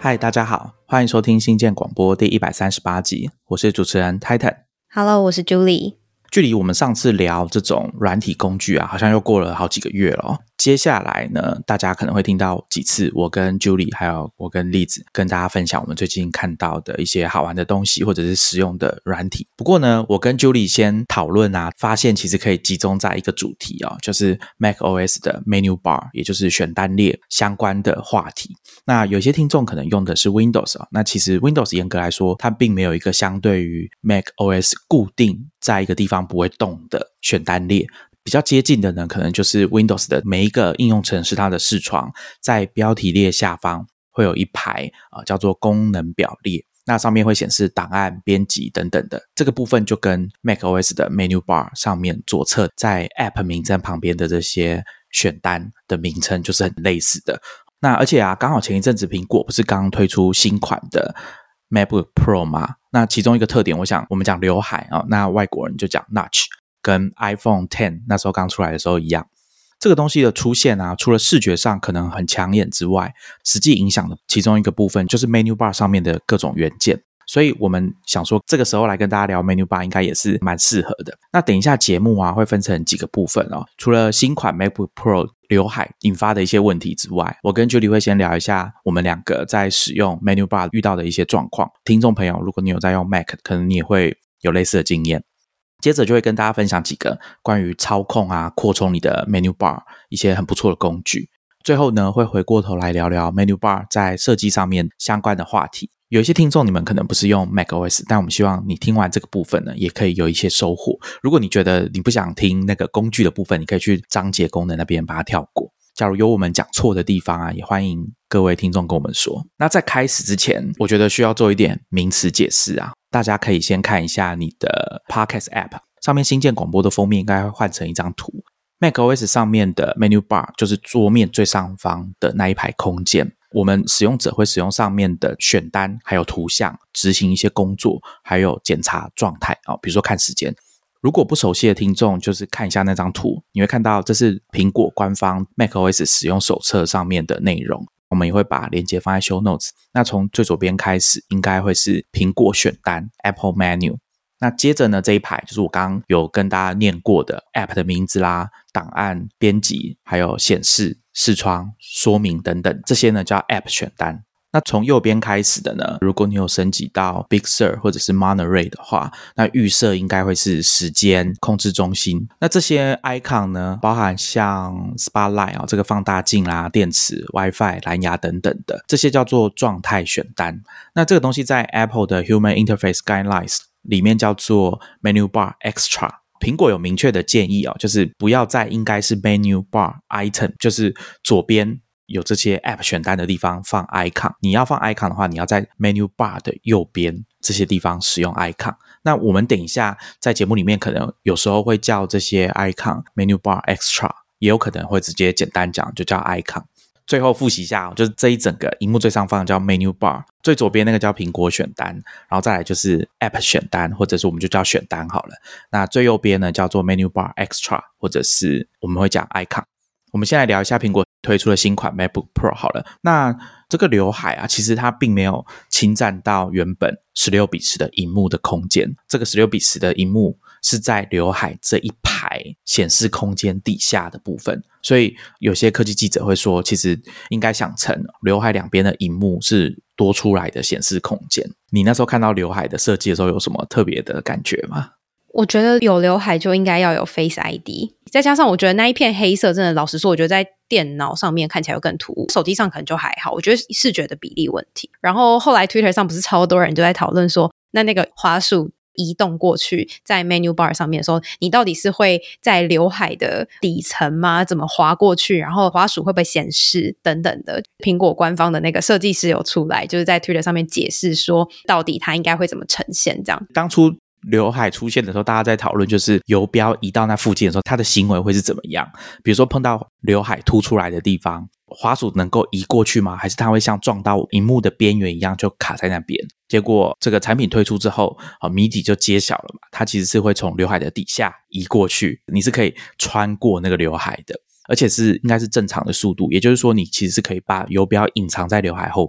嗨，大家好，欢迎收听新建广播第138集，我是主持人 Titan。 我是 Julie。 距离我们上次聊这种软体工具啊，好像又过了好几个月了哦。接下来呢，大家可能会听到几次我跟 Julie 还有我跟栗子跟大家分享我们最近看到的一些好玩的东西或者是实用的软体。不过呢，我跟 Julie 先讨论啊，发现其实可以集中在一个主题哦，就是 macOS 的 menu bar， 也就是选单列相关的话题。那有些听众可能用的是 Windows 那其实 Windows 严格来说它并没有一个相对于 macOS 固定在一个地方不会动的选单列。比较接近的呢，可能就是 Windows 的每一个应用程式它的视窗在标题列下方会有一排叫做功能表列，那上面会显示档案、编辑等等的。这个部分就跟 macOS 的 menu bar 上面左侧在 App 名称旁边的这些选单的名称就是很类似的。那而且啊，刚好前一阵子苹果不是刚推出新款的 MacBook Pro 吗？那其中一个特点，我想我们讲刘海那外国人就讲 Notch， 跟 iPhone X 那时候刚出来的时候一样。这个东西的出现啊，除了视觉上可能很抢眼之外，实际影响的其中一个部分就是 menu bar 上面的各种元件。所以我们想说这个时候来跟大家聊 menu bar 应该也是蛮适合的。那等一下节目啊会分成几个部分除了新款 MacBook Pro 刘海引发的一些问题之外，我跟 Julie 会先聊一下我们两个在使用 menu bar 遇到的一些状况。听众朋友，如果你有在用 Mac， 可能你也会有类似的经验。接着就会跟大家分享几个关于操控啊、扩充你的 menu bar 一些很不错的工具。最后呢，会回过头来聊聊 menu bar 在设计上面相关的话题。有一些听众你们可能不是用 macOS， 但我们希望你听完这个部分呢，也可以有一些收获。如果你觉得你不想听那个工具的部分，你可以去章节功能那边把它跳过。假如有我们讲错的地方啊，也欢迎各位听众跟我们说。那在开始之前，我觉得需要做一点名词解释啊。大家可以先看一下你的 Podcast App 上面新建广播的封面应该会换成一张图。macOS 上面的 menu bar 就是桌面最上方的那一排空间，我们使用者会使用上面的选单还有图像执行一些工作，还有检查状态比如说看时间。如果不熟悉的听众就是看一下那张图，你会看到这是苹果官方 macOS 使用手册上面的内容，我们也会把连结放在 show notes。 那从最左边开始应该会是苹果选单 Apple Menu， 那接着呢这一排就是我刚刚有跟大家念过的 App 的名字啦、档案、编辑还有显示、视窗、说明等等，这些呢叫 App 选单。那从右边开始的呢，如果你有升级到 Big Sur 或者是 Monterey 的话，那预设应该会是时间控制中心。那这些 icon 呢，包含像 Spotlight 这个放大镜啦、电池、WiFi、蓝牙等等的，这些叫做状态选单。那这个东西在 Apple 的 Human Interface Guidelines 里面叫做 Menu Bar Extra。苹果有明确的建议就是不要在应该是 Menu Bar Item， 就是左边有这些 App 选单的地方放 icon， 你要放 icon 的话，你要在 menu bar 的右边这些地方使用 icon。 那我们等一下在节目里面可能有时候会叫这些 icon menu bar extra， 也有可能会直接简单讲就叫 icon。 最后复习一下就是这一整个萤幕最上方叫 menu bar， 最左边那个叫苹果选单，然后再来就是 App 选单，或者是我们就叫选单好了。那最右边呢叫做 menu bar extra， 或者是我们会讲 icon。我们先来聊一下苹果推出的新款 MacBook Pro 好了。那这个刘海啊，其实它并没有侵占到原本16:10的萤幕的空间。这个16:10的萤幕是在刘海这一排显示空间底下的部分，所以有些科技记者会说，其实应该想成刘海两边的萤幕是多出来的显示空间。你那时候看到刘海的设计的时候，有什么特别的感觉吗？ 我觉得有刘海就应该要有 Face ID， 再加上我觉得那一片黑色真的老实说，我觉得在电脑上面看起来会更突兀，手机上可能就还好，我觉得视觉的比例问题。然后后来 Twitter 上不是超多人就在讨论说，那个滑鼠移动过去在 menu bar 上面的时候，你到底是会在刘海的底层吗？怎么滑过去？然后滑鼠会不会显示等等的。苹果官方的那个设计师有出来就是在 Twitter 上面解释说到底它应该会怎么呈现这样。 当初刘海出现的时候，大家在讨论就是游标移到那附近的时候，它的行为会是怎么样。比如说碰到刘海凸出来的地方，滑鼠能够移过去吗？还是它会像撞到萤幕的边缘一样就卡在那边？结果这个产品推出之后谜底就揭晓了嘛，它其实是会从刘海的底下移过去，你是可以穿过那个刘海的，而且是应该是正常的速度，也就是说你其实是可以把游标隐藏在刘海后面。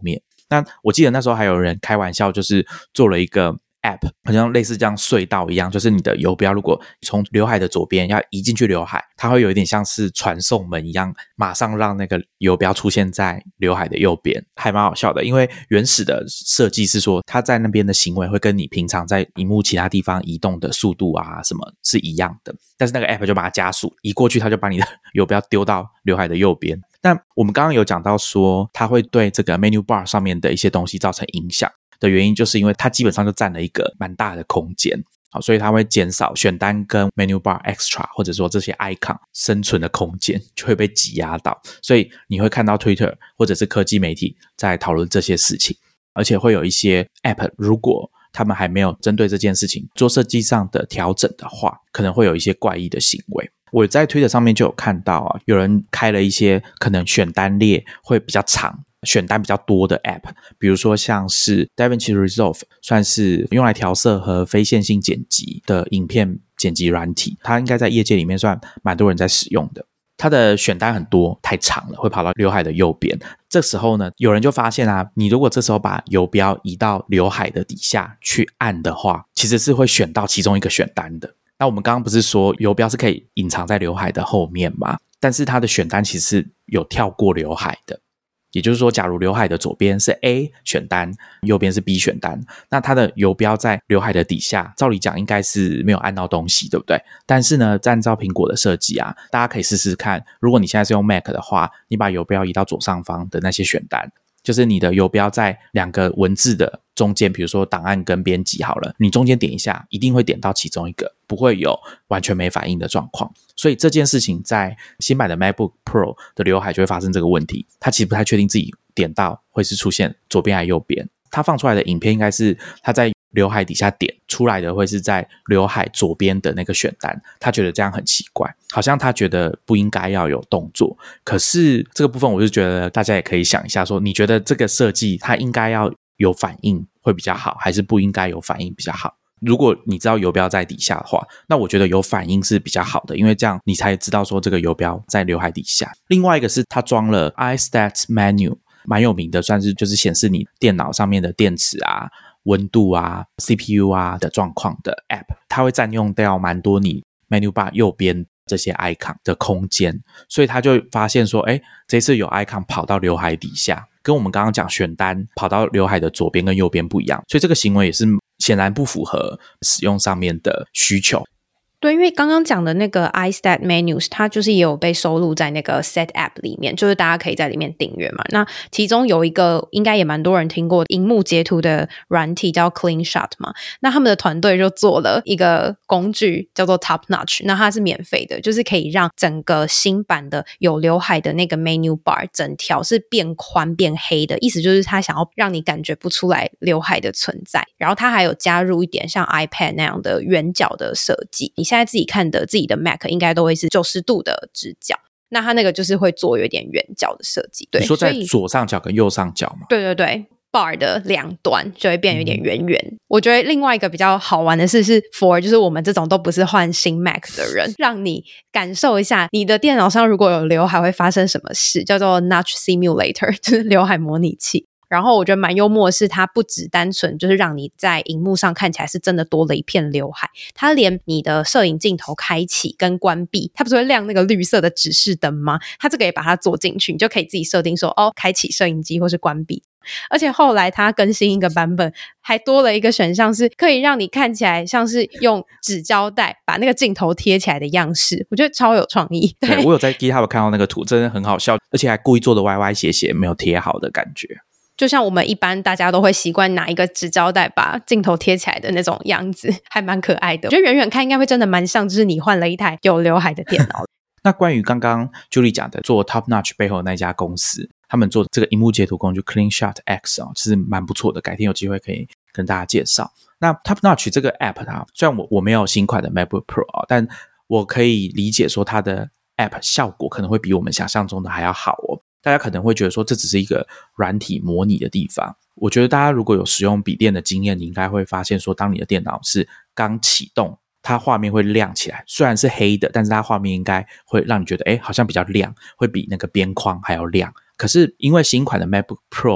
那我记得那时候还有人开玩笑，就是做了一个 app， 好像类似这样隧道一样，就是你的游标如果从刘海的左边要移进去刘海，它会有一点像是传送门一样，马上让那个游标出现在刘海的右边，还蛮好笑的。因为原始的设计是说它在那边的行为会跟你平常在萤幕其他地方移动的速度啊什么是一样的，但是那个 app 就把它加速，移过去它就把你的游标丢到刘海的右边。但我们刚刚有讲到说它会对这个 menu bar 上面的一些东西造成影响的原因，就是因为它基本上就占了一个蛮大的空间，好，所以它会减少选单跟 menu bar extra 或者说这些 icon 生存的空间，就会被挤压到，所以你会看到 Twitter 或者是科技媒体在讨论这些事情，而且会有一些 app 如果他们还没有针对这件事情做设计上的调整的话，可能会有一些怪异的行为。我在 Twitter 上面就有看到啊，有人开了一些可能选单列会比较长，选单比较多的 app， 比如说像是 DaVinci Resolve 算是用来调色和非线性剪辑的影片剪辑软体，它应该在业界里面算蛮多人在使用的。它的选单很多，太长了，会跑到刘海的右边。这时候呢，有人就发现啊，你如果这时候把游标移到刘海的底下去按的话，其实是会选到其中一个选单的。那我们刚刚不是说游标是可以隐藏在刘海的后面吗？但是它的选单其实是有跳过刘海的。也就是说，假如刘海的左边是 A 选单，右边是 B 选单，那它的游标在刘海的底下，照理讲应该是没有按到东西，对不对？但是呢，按照苹果的设计啊，大家可以试试看，如果你现在是用 Mac 的话，你把游标移到左上方的那些选单，就是你的游标在两个文字的中间，比如说档案跟编辑好了，你中间点一下，一定会点到其中一个，不会有完全没反应的状况。所以这件事情在新版的 MacBook Pro 的刘海就会发生这个问题，它其实不太确定自己点到会是出现左边还是右边。它放出来的影片应该是它在刘海底下点出来的会是在刘海左边的那个选单，他觉得这样很奇怪，好像他觉得不应该要有动作。可是这个部分我就觉得大家也可以想一下说，你觉得这个设计它应该要有反应会比较好，还是不应该有反应比较好？如果你知道游标在底下的话，那我觉得有反应是比较好的，因为这样你才知道说这个游标在刘海底下。另外一个是它装了 iStats Menu， 蛮有名的，算是就是显示你电脑上面的电池啊、温度啊、CPU 啊的状况的 app， 它会占用掉蛮多你 menu bar 右边这些 icon 的空间，所以他就发现说，这次有 icon 跑到刘海底下，跟我们刚刚讲选单跑到刘海的左边跟右边不一样，所以这个行为也是显然不符合使用上面的需求。 对，因为刚刚讲的那个 iStat Menus 它就是也有被收录在那个 Set App 里面，就是大家可以在里面订阅嘛。那其中有一个应该也蛮多人听过萤幕截图的软体叫 Clean Shot 嘛，那他们的团队就做了一个工具叫做 Top Notch， 那它是免费的，就是可以让整个新版的有刘海的那个 Menu Bar 整条是变宽变黑的，意思就是它想要让你感觉不出来刘海的存在。然后它还有加入一点像 iPad 那样的圆角的设计，你现在自己看的自己的 Mac 应该都会是90度的直角，那它那个就是会做有一点圆角的设计。对， 你说在左上角跟右上角吗？ 对对对，bar 的两端就会变有点圆圆。我觉得另外一个比较好玩的是 for 就是我们这种都不是换新 Mac 的人，让你感受一下你的电脑上如果有刘海会发生什么事，叫做 Notch Simulator， 就是刘海模拟器。然后我觉得蛮幽默的是，它不只单纯就是让你在荧幕上看起来是真的多了一片刘海，它连你的摄影镜头开启跟关闭，它不是会亮那个绿色的指示灯吗？它这个也把它做进去，你就可以自己设定说开启摄影机或是关闭。而且后来它更新一个版本，还多了一个选项是可以让你看起来像是用纸胶带把那个镜头贴起来的样式，我觉得超有创意。 对， 我有在 GitHub 看到那个图，真的很好笑，而且还故意做的歪歪斜斜，没有贴好的感觉， 就像我们一般大家都会习惯拿一个纸胶带把镜头贴起来的那种样子，还蛮可爱的。我觉得远远看应该会真的蛮像就是你换了一台有刘海的电脑。 那关于刚刚 Julie 讲的做 Top Notch 背后的那家公司，他们做这个萤幕截图工具 Clean Shot X 其实蛮不错的，改天有机会可以跟大家介绍。那 Top Notch 这个 App 它虽然我没有新款的 MacBook Pro 但我可以理解说它的 App 效果可能会比我们想象中的还要好哦。大家可能会觉得说这只是一个软体模拟的地方，我觉得大家如果有使用笔电的经验，你应该会发现说当你的电脑是刚启动，它画面会亮起来，虽然是黑的，但是它画面应该会让你觉得好像比较亮，会比那个边框还要亮。可是因为新款的 MacBook Pro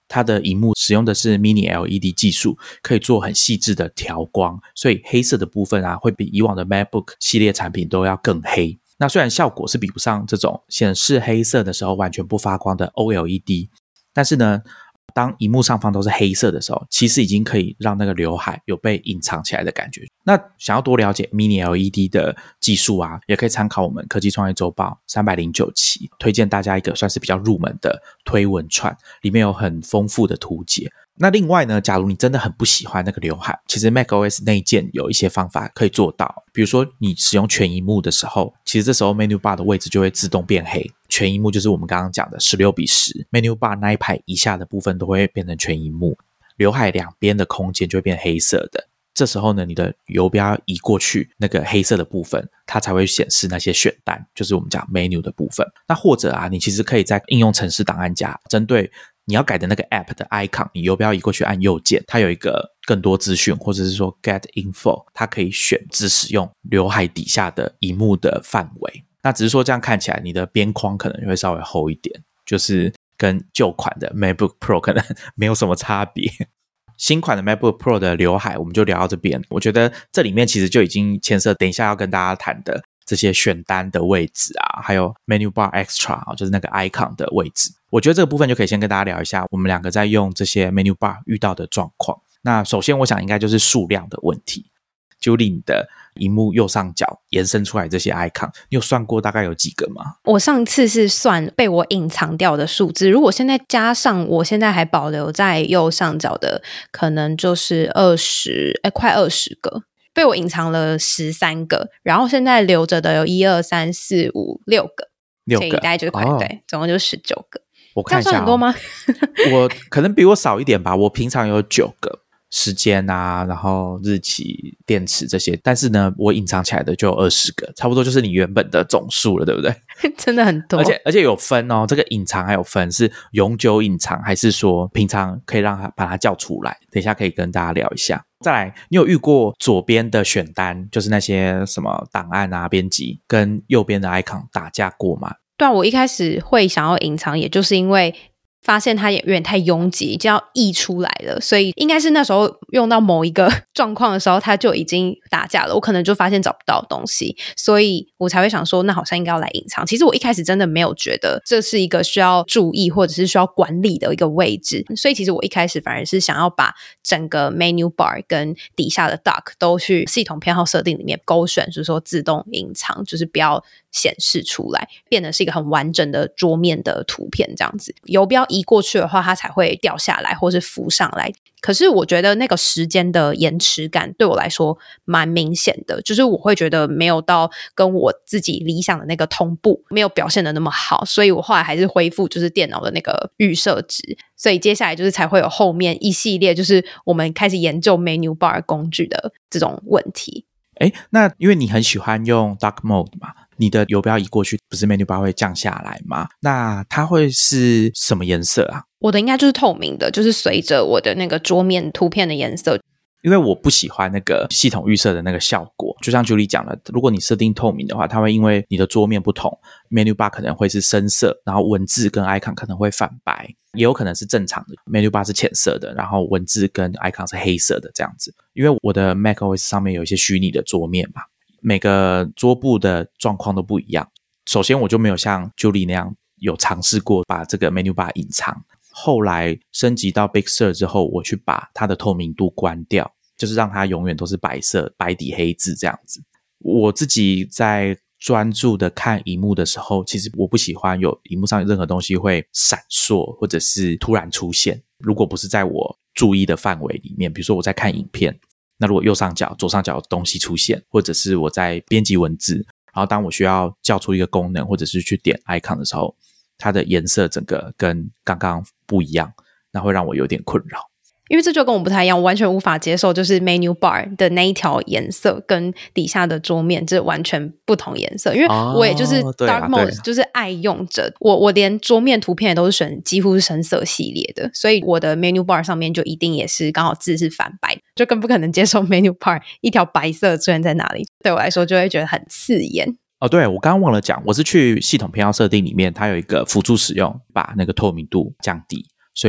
它的萤幕使用的是 Mini LED 技术，可以做很细致的调光，所以黑色的部分啊，会比以往的 MacBook 系列产品都要更黑。那虽然效果是比不上这种显示黑色的时候完全不发光的 OLED， 但是呢，当萤幕上方都是黑色的时候，其实已经可以让那个刘海有被隐藏起来的感觉。那想要多了解 Mini LED 的技术啊，也可以参考我们科技创业周报309期，推荐大家一个算是比较入门的推文串，里面有很丰富的图解。那另外呢，假如你真的很不喜欢那个刘海，其实 macOS 内建有一些方法可以做到。比如说你使用全萤幕的时候，其实这时候 menu bar 的位置就会自动变黑。全萤幕就是我们刚刚讲的16:10， menu bar 那一排以下的部分都会变成全萤幕，刘海两边的空间就会变黑色的。这时候呢，你的游标移过去那个黑色的部分，它才会显示那些选单，就是我们讲 menu 的部分。那或者啊，你其实可以在应用程式档案夹，针对你要改的那个 app 的 icon， 你游标移过去按右键，它有一个更多资讯，或者是说 get info， 它可以选只使用刘海底下的萤幕的范围。那只是说这样看起来你的边框可能会稍微厚一点，就是跟旧款的 MacBook Pro 可能没有什么差别。新款的 MacBook Pro 的刘海我们就聊到这边，我觉得这里面其实就已经牵涉等一下要跟大家谈的这些选单的位置啊，还有 Menu Bar Extra， 就是那个 icon 的位置。我觉得这个部分就可以先跟大家聊一下我们两个在用这些 Menu Bar 遇到的状况。那首先我想应该就是数量的问题。Julie， 你的萤幕右上角延伸出来这些 icon， 你有算过大概有几个吗？ 我上次是算被我隐藏掉的数字，如果现在加上我现在还保留在右上角的，可能就是快20个，被我隐藏了13个，然后现在留着的有1、2、3、4、5、6个，6个，大概就是对，总共就19个。 我看一下， 这样算很多吗？ 我可能比我少一点吧，我平常有9个。时间啊，然后日期、电池这些，但是呢，我隐藏起来的就有20个，差不多就是你原本的总数了，对不对？ 真的很多， 而且有分哦，这个隐藏还有分是永久隐藏，还是说平常可以让它把它叫出来？等一下可以跟大家聊一下。再来，你有遇过左边的选单，就是那些什么档案啊、编辑，跟右边的 icon 打架过吗？ 对啊，我一开始会想要隐藏，也就是因为发现它也有点太拥挤，就要溢出来了，所以应该是那时候用到某一个状况的时候，它就已经打架了，我可能就发现找不到东西，所以我才会想说那好像应该要来隐藏。其实我一开始真的没有觉得这是一个需要注意或者是需要管理的一个位置，所以其实我一开始反而是想要把整个 menu bar 跟底下的 dock 都去系统偏好设定里面勾选，就是说自动隐藏，就是不要显示出来，变得是一个很完整的桌面的图片这样子。游标移过去的话，它才会掉下来或是浮上来。可是我觉得那个时间的延迟感对我来说蛮明显的，就是我会觉得没有到跟我自己理想的那个同步，没有表现的那么好，所以我后来还是恢复就是电脑的那个预设值，所以接下来就是才会有后面一系列就是我们开始研究 menu bar 工具的这种问题。 那因为你很喜欢用 dark mode 嘛，你的游标移过去不是 menu bar 会降下来吗？那它会是什么颜色啊？ 我的应该就是透明的，就是随着我的那个桌面图片的颜色。 因为我不喜欢那个系统预设的那个效果，就像 Julie 讲了，如果你设定透明的话，它会因为你的桌面不同， menu bar 可能会是深色，然后文字跟 icon 可能会反白，也有可能是正常的 menu bar 是浅色的，然后文字跟 icon 是黑色的这样子。因为我的 macOS 上面有一些虚拟的桌面嘛，每个桌布的状况都不一样。首先我就没有像 Julie 那样有尝试过把这个 menu bar 隐藏，后来升级到 Big Sur 之后，我去把它的透明度关掉，就是让它永远都是白色，白底黑字这样子。我自己在专注的看萤幕的时候，其实我不喜欢有萤幕上任何东西会闪烁或者是突然出现，如果不是在我注意的范围里面，比如说我在看影片，那如果右上角左上角有东西出现，或者是我在编辑文字，然后当我需要叫出一个功能或者是去点 icon 的时候，它的颜色整个跟刚刚不一样，那会让我有点困扰。 因为这就跟我不太一样，我完全无法接受就是 menu bar 的那一条颜色跟底下的桌面这完全不同颜色，因为我也就是 dark mode 就是爱用者，我连桌面图片也都是选几乎是深色系列的，所以我的 menu bar 上面就一定也是刚好字是反白，就更不可能接受 menu bar 一条白色出现在哪里，对我来说就会觉得很刺眼。 对，我刚刚忘了讲，我是去系统偏好设定里面，它有一个辅助使用，把那个透明度降低，所以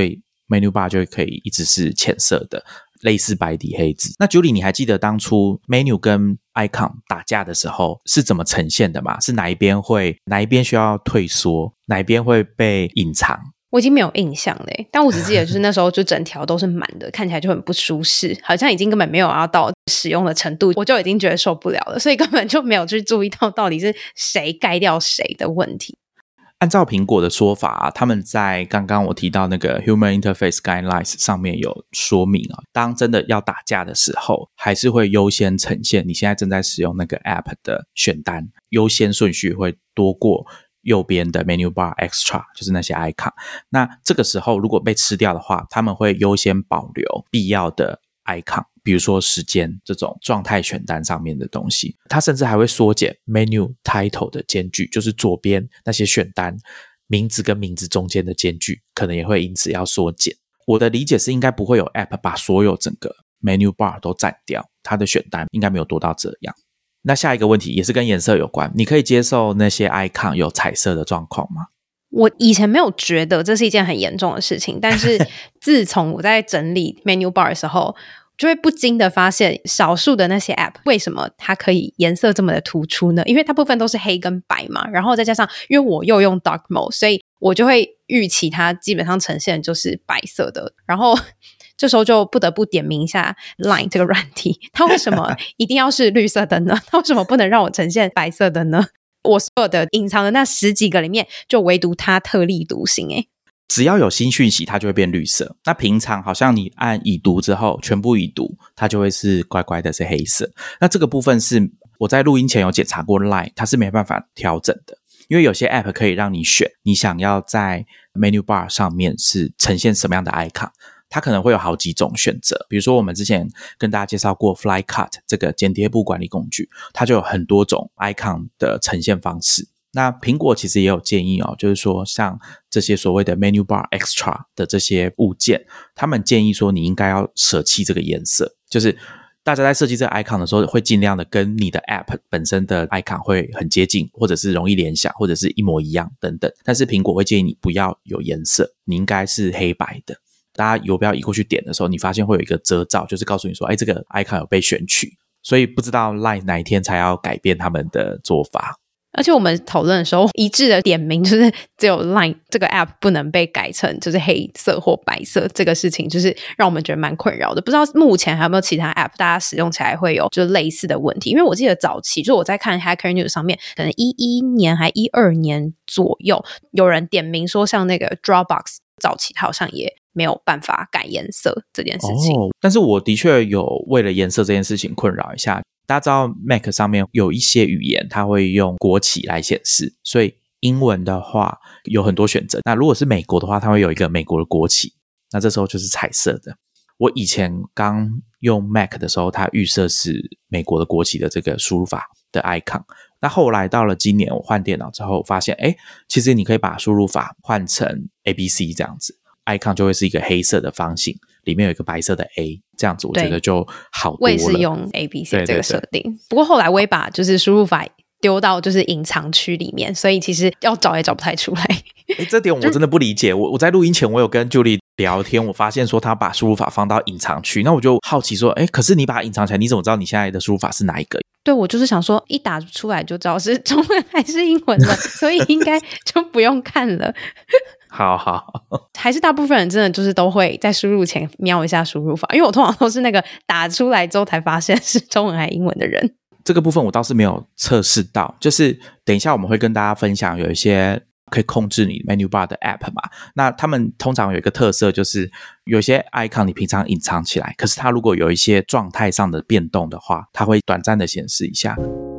menu bar 就可以一直是浅色的，类似白底黑字。那 Julie 你还记得当初 menu 跟 icon 打架的时候是怎么呈现的吗？是哪一边需要退缩，哪一边会被隐藏？ 我已经没有印象了，但我只记得就是那时候就整条都是满的，看起来就很不舒适，好像已经根本没有要到使用的程度，我就已经觉得受不了了，所以根本就没有去注意到底是谁盖掉谁的问题。 按照苹果的说法他们在刚刚我提到那个 Human Interface Guidelines 上面有说明当真的要打架的时候，还是会优先呈现你现在正在使用那个 App 的选单，优先顺序会多过右边的 Menu Bar Extra， 就是那些 icon。 那这个时候如果被吃掉的话，他们会优先保留必要的 icon， 比如说时间这种状态选单上面的东西。它甚至还会缩减 Menu Title 的间距，就是左边那些选单名字跟名字中间的间距可能也会因此要缩减。我的理解是应该不会有 App 把所有整个 Menu Bar 都占掉，它的选单应该没有多到这样。那下一个问题也是跟颜色有关，你可以接受那些 icon 有彩色的状况吗？ 我以前没有觉得这是一件很严重的事情，但是自从我在整理 menu bar 的时候，就会不禁的发现少数的那些 app 为什么它可以颜色这么的突出呢？因为它部分都是黑跟白嘛，然后再加上因为我又用 dark mode， 所以我就会预期它基本上呈现就是白色的，然后这时候就不得不点名一下 Line 这个软体，它为什么一定要是绿色的呢？它为什么不能让我呈现白色的呢？我所有的隐藏的那10几个里面，就唯独它特立独行只要有新讯息它就会变绿色，那平常好像你按已读之后全部已读，它就会是乖乖的是黑色。那这个部分是我在录音前有检查过 Line， 它是没办法调整的，因为有些 App 可以让你选你想要在 Menu Bar 上面是呈现什么样的 icon，它可能会有好几种选择，比如说我们之前跟大家介绍过 Flycut 这个剪贴簿管理工具，它就有很多种 icon 的呈现方式。那苹果其实也有建议就是说像这些所谓的 Menu Bar Extra 的这些物件，他们建议说你应该要舍弃这个颜色，就是大家在设计这个 icon 的时候会尽量的跟你的 app 本身的 icon 会很接近，或者是容易联想，或者是一模一样等等，但是苹果会建议你不要有颜色，你应该是黑白的。大家游标移过去点的时候，你发现会有一个遮罩，就是告诉你说这个 icon 有被选取，所以不知道 Line 哪一天才要改变他们的做法。 而且我们讨论的时候一致的点名就是只有 Line 这个 app 不能被改成就是黑色或白色，这个事情就是让我们觉得蛮困扰的。不知道目前还有没有其他 app 大家使用起来会有就类似的问题，因为我记得早期就我在看 Hacker News 上面可能11年还12年左右有人点名说像那个 Dropbox 早期它好像也没有办法改颜色这件事情但是我的确有为了颜色这件事情困扰一下。大家知道 Mac 上面有一些语言它会用国旗来显示，所以英文的话有很多选择，那如果是美国的话它会有一个美国的国旗，那这时候就是彩色的。我以前刚用 Mac 的时候它预设是美国的国旗的这个输入法的 icon， 那后来到了今年我换电脑之后发现其实你可以把输入法换成 ABC 这样子， icon 就会是一个黑色的方形，里面有一个白色的 A， 这样子我觉得就好多了。 我也是用 ABC 这个设定，不过后来我也把就是输入法丢到就是隐藏区里面，所以其实要找也找不太出来这点我真的不理解。我在录音前我有跟 Julie 聊天，我发现说他把输入法放到隐藏区，那我就好奇说可是你把它隐藏起来，你怎么知道你现在的输入法是哪一个？ 对，我就是想说一打出来就知道是中文还是英文了所以应该就不用看了好， 还是大部分人真的就是都会在输入前瞄一下输入法，因为我通常都是那个打出来之后才发现是中文还是英文的人。 这个部分我倒是没有测试到，就是等一下我们会跟大家分享有一些可以控制你 menu bar 的 app 嘛，那他们通常有一个特色就是有些 icon 你平常隐藏起来，可是它如果有一些状态上的变动的话，它会短暂的显示一下。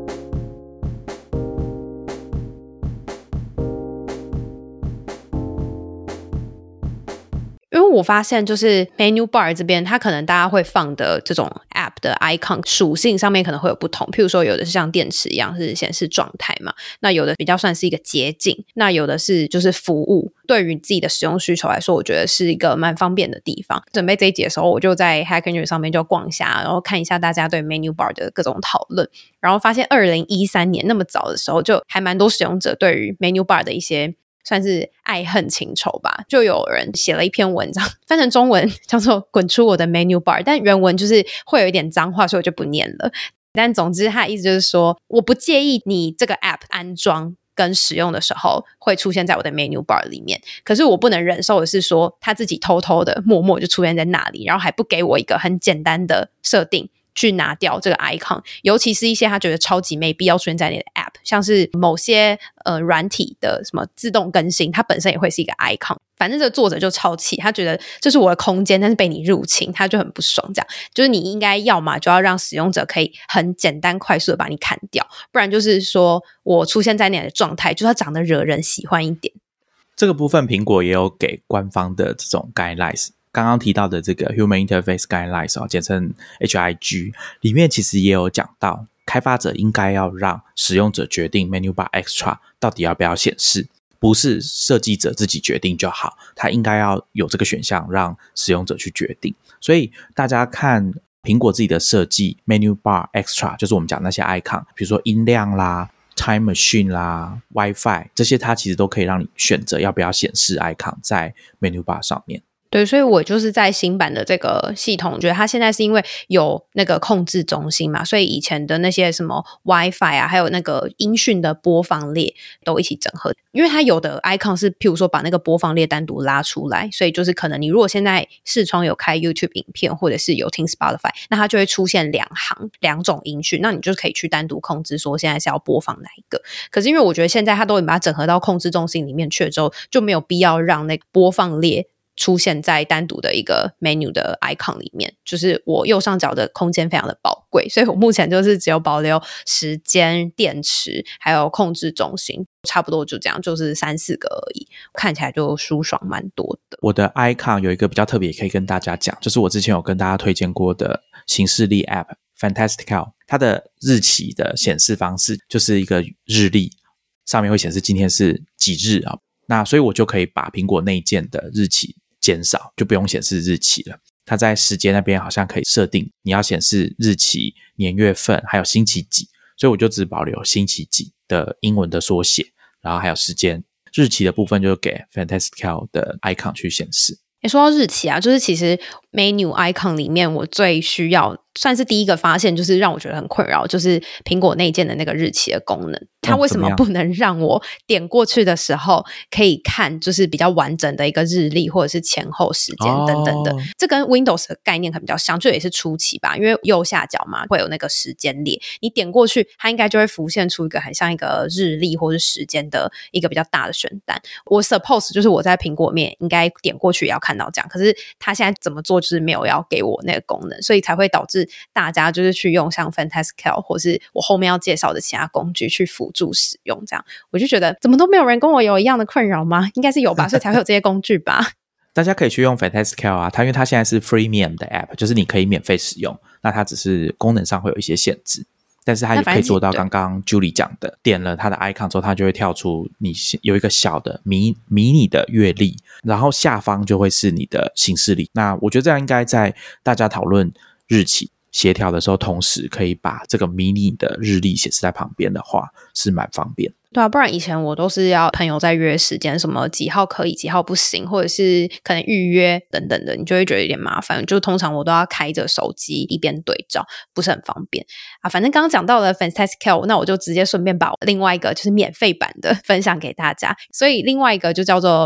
因为我发现就是 menu bar 这边它可能大家会放的这种 app 的 icon 属性上面可能会有不同，譬如说有的是像电池一样是显示状态嘛，那有的比较算是一个捷径，那有的是就是服务，对于自己的使用需求来说我觉得是一个蛮方便的地方。准备这一集的时候我就在 Hacker News 上面就逛一下，然后看一下大家对 menu bar 的各种讨论，然后发现2013年那么早的时候就还蛮多使用者对于 menu bar 的一些算是爱恨情仇吧。就有人写了一篇文章，翻成中文叫做滚出我的 menu bar， 但原文就是会有一点脏话，所以我就不念了。但总之他的意思就是说，我不介意你这个 app 安装跟使用的时候会出现在我的 menu bar 里面，可是我不能忍受的是说他自己偷偷的默默就出现在那里，然后还不给我一个很简单的设定去拿掉这个 icon， 尤其是一些他觉得超级没必要出现在你的 app， 像是某些软体的什么自动更新，它本身也会是一个 icon。反正这个作者就超气，他觉得这是我的空间，但是被你入侵，他就很不爽。这样就是你应该要嘛就要让使用者可以很简单快速的把你砍掉，不然就是说我出现在那里的状态就是要长得惹人喜欢一点。 这个部分苹果也有给官方的这种 guidelines， 刚刚提到的这个 Human Interface Guidelines，简称 HIG， 里面其实也有讲到开发者应该要让使用者决定 Menu Bar Extra 到底要不要显示，不是设计者自己决定就好，他应该要有这个选项让使用者去决定。所以大家看苹果自己的设计 Menu Bar Extra， 就是我们讲那些 icon， 比如说音量啦、Time Machine 啦、WiFi， 这些它其实都可以让你选择要不要显示 icon 在 Menu Bar 上面。 对，所以我就是在新版的这个系统，觉得它现在是因为有那个控制中心嘛，所以以前的那些什么 WiFi 啊，还有那个音讯的播放列都一起整合。因为它有的 icon 是譬如说把那个播放列单独拉出来，所以就是可能你如果现在视窗有开 YouTube 影片，或者是有听 Spotify， 那它就会出现两种音讯，那你就可以去单独控制说现在是要播放哪一个。可是因为我觉得现在它都已经把它整合到控制中心里面去了之后，就没有必要让那个播放列出现在单独的一个 menu 的 icon 里面，就是我右上角的空间非常的宝贵，所以我目前就是只有保留时间、电池还有控制中心，差不多就这样，就是3-4个而已，看起来就舒爽蛮多的。 我的 icon 有一个比较特别可以跟大家讲，就是我之前有跟大家推荐过的行事历 app Fantastical， 它的日期的显示方式就是一个日历，上面会显示今天是几日啊，那所以我就可以把苹果内建的日期减少，就不用显示日期了。它在时间那边好像可以设定你要显示日期、年月份还有星期几，所以我就只保留星期几的英文的缩写，然后还有时间，日期的部分就给 Fantastical 的 icon 去显示。 说到日期啊，就是其实 menu icon 里面我最需要算是第一个发现，就是让我觉得很困扰，就是苹果内建的那个日期的功能，它为什么不能让我点过去的时候可以看就是比较完整的一个日历或者是前后时间等等的。这跟 Windows 的概念可能比较像，就也是初期吧，因为右下角嘛会有那个时间列，你点过去它应该就会浮现出一个很像一个日历或是时间的一个比较大的选单。我 suppose 就是我在苹果面应该点过去也要看到这样，可是它现在怎么做就是没有要给我那个功能，所以才会导致大家就是去用像 Fantastical 或是我后面要介绍的其他工具去辅助使用，这样我就觉得怎么都没有人跟我有一样的困扰吗？应该是有吧，所以才会有这些工具吧。 大家可以去用 Fantastical 啊，因为它现在是 freemium 的 app， 就是你可以免费使用，那它只是功能上会有一些限制，但是它也可以做到刚刚 Julie 讲的，点了它的 icon 之后，它就会跳出你有一个小的迷你的月历，然后下方就会是你的行事历。那我觉得这样应该在大家讨论日期协调的时候，同时可以把这个迷你的日历显示在旁边的话，是蛮方便的。 对啊，不然以前我都是要朋友在约时间，什么几号可以几号不行，或者是可能预约等等的，你就会觉得有点麻烦，就通常我都要开着手机一边对照，不是很方便啊。反正刚刚讲到了 Fantastical， 那我就直接顺便把另外一个就是免费版的分享给大家，所以另外一个就叫做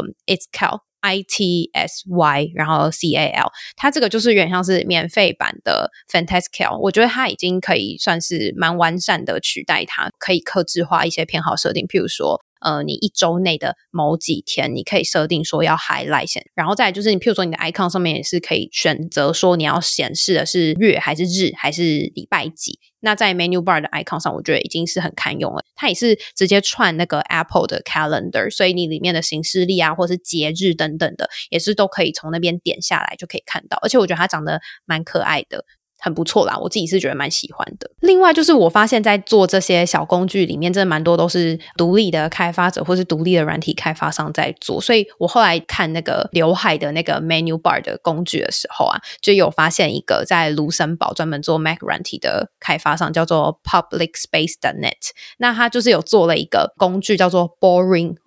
Itscal，ITSY 然后 CAL， 它这个就是有点像是免费版的 Fantastical， 我觉得它已经可以算是蛮完善的取代它，可以客制化一些偏好设定，譬如说你一周内的某几天你可以设定说要 highlight 然后再来就是你譬如说你的 icon 上面也是可以选择说你要显示的是月还是日还是礼拜几，那在 menu bar 的 icon 上我觉得已经是很堪用了，它也是直接串那个 Apple 的 calendar， 所以你里面的行事历啊或是节日等等的也是都可以从那边点下来就可以看到，而且我觉得它长得蛮可爱的，很不错啦，我自己是觉得蛮喜欢的。另外就是我发现在做这些小工具里面真的蛮多都是独立的开发者或是独立的软体开发商在做，所以我后来看那个刘海的那个 menu bar 的工具的时候啊，就有发现一个在卢森堡专门做 Mac 软体的开发商叫做 publicspace.net， 那他就是有做了一个工具叫做 boring old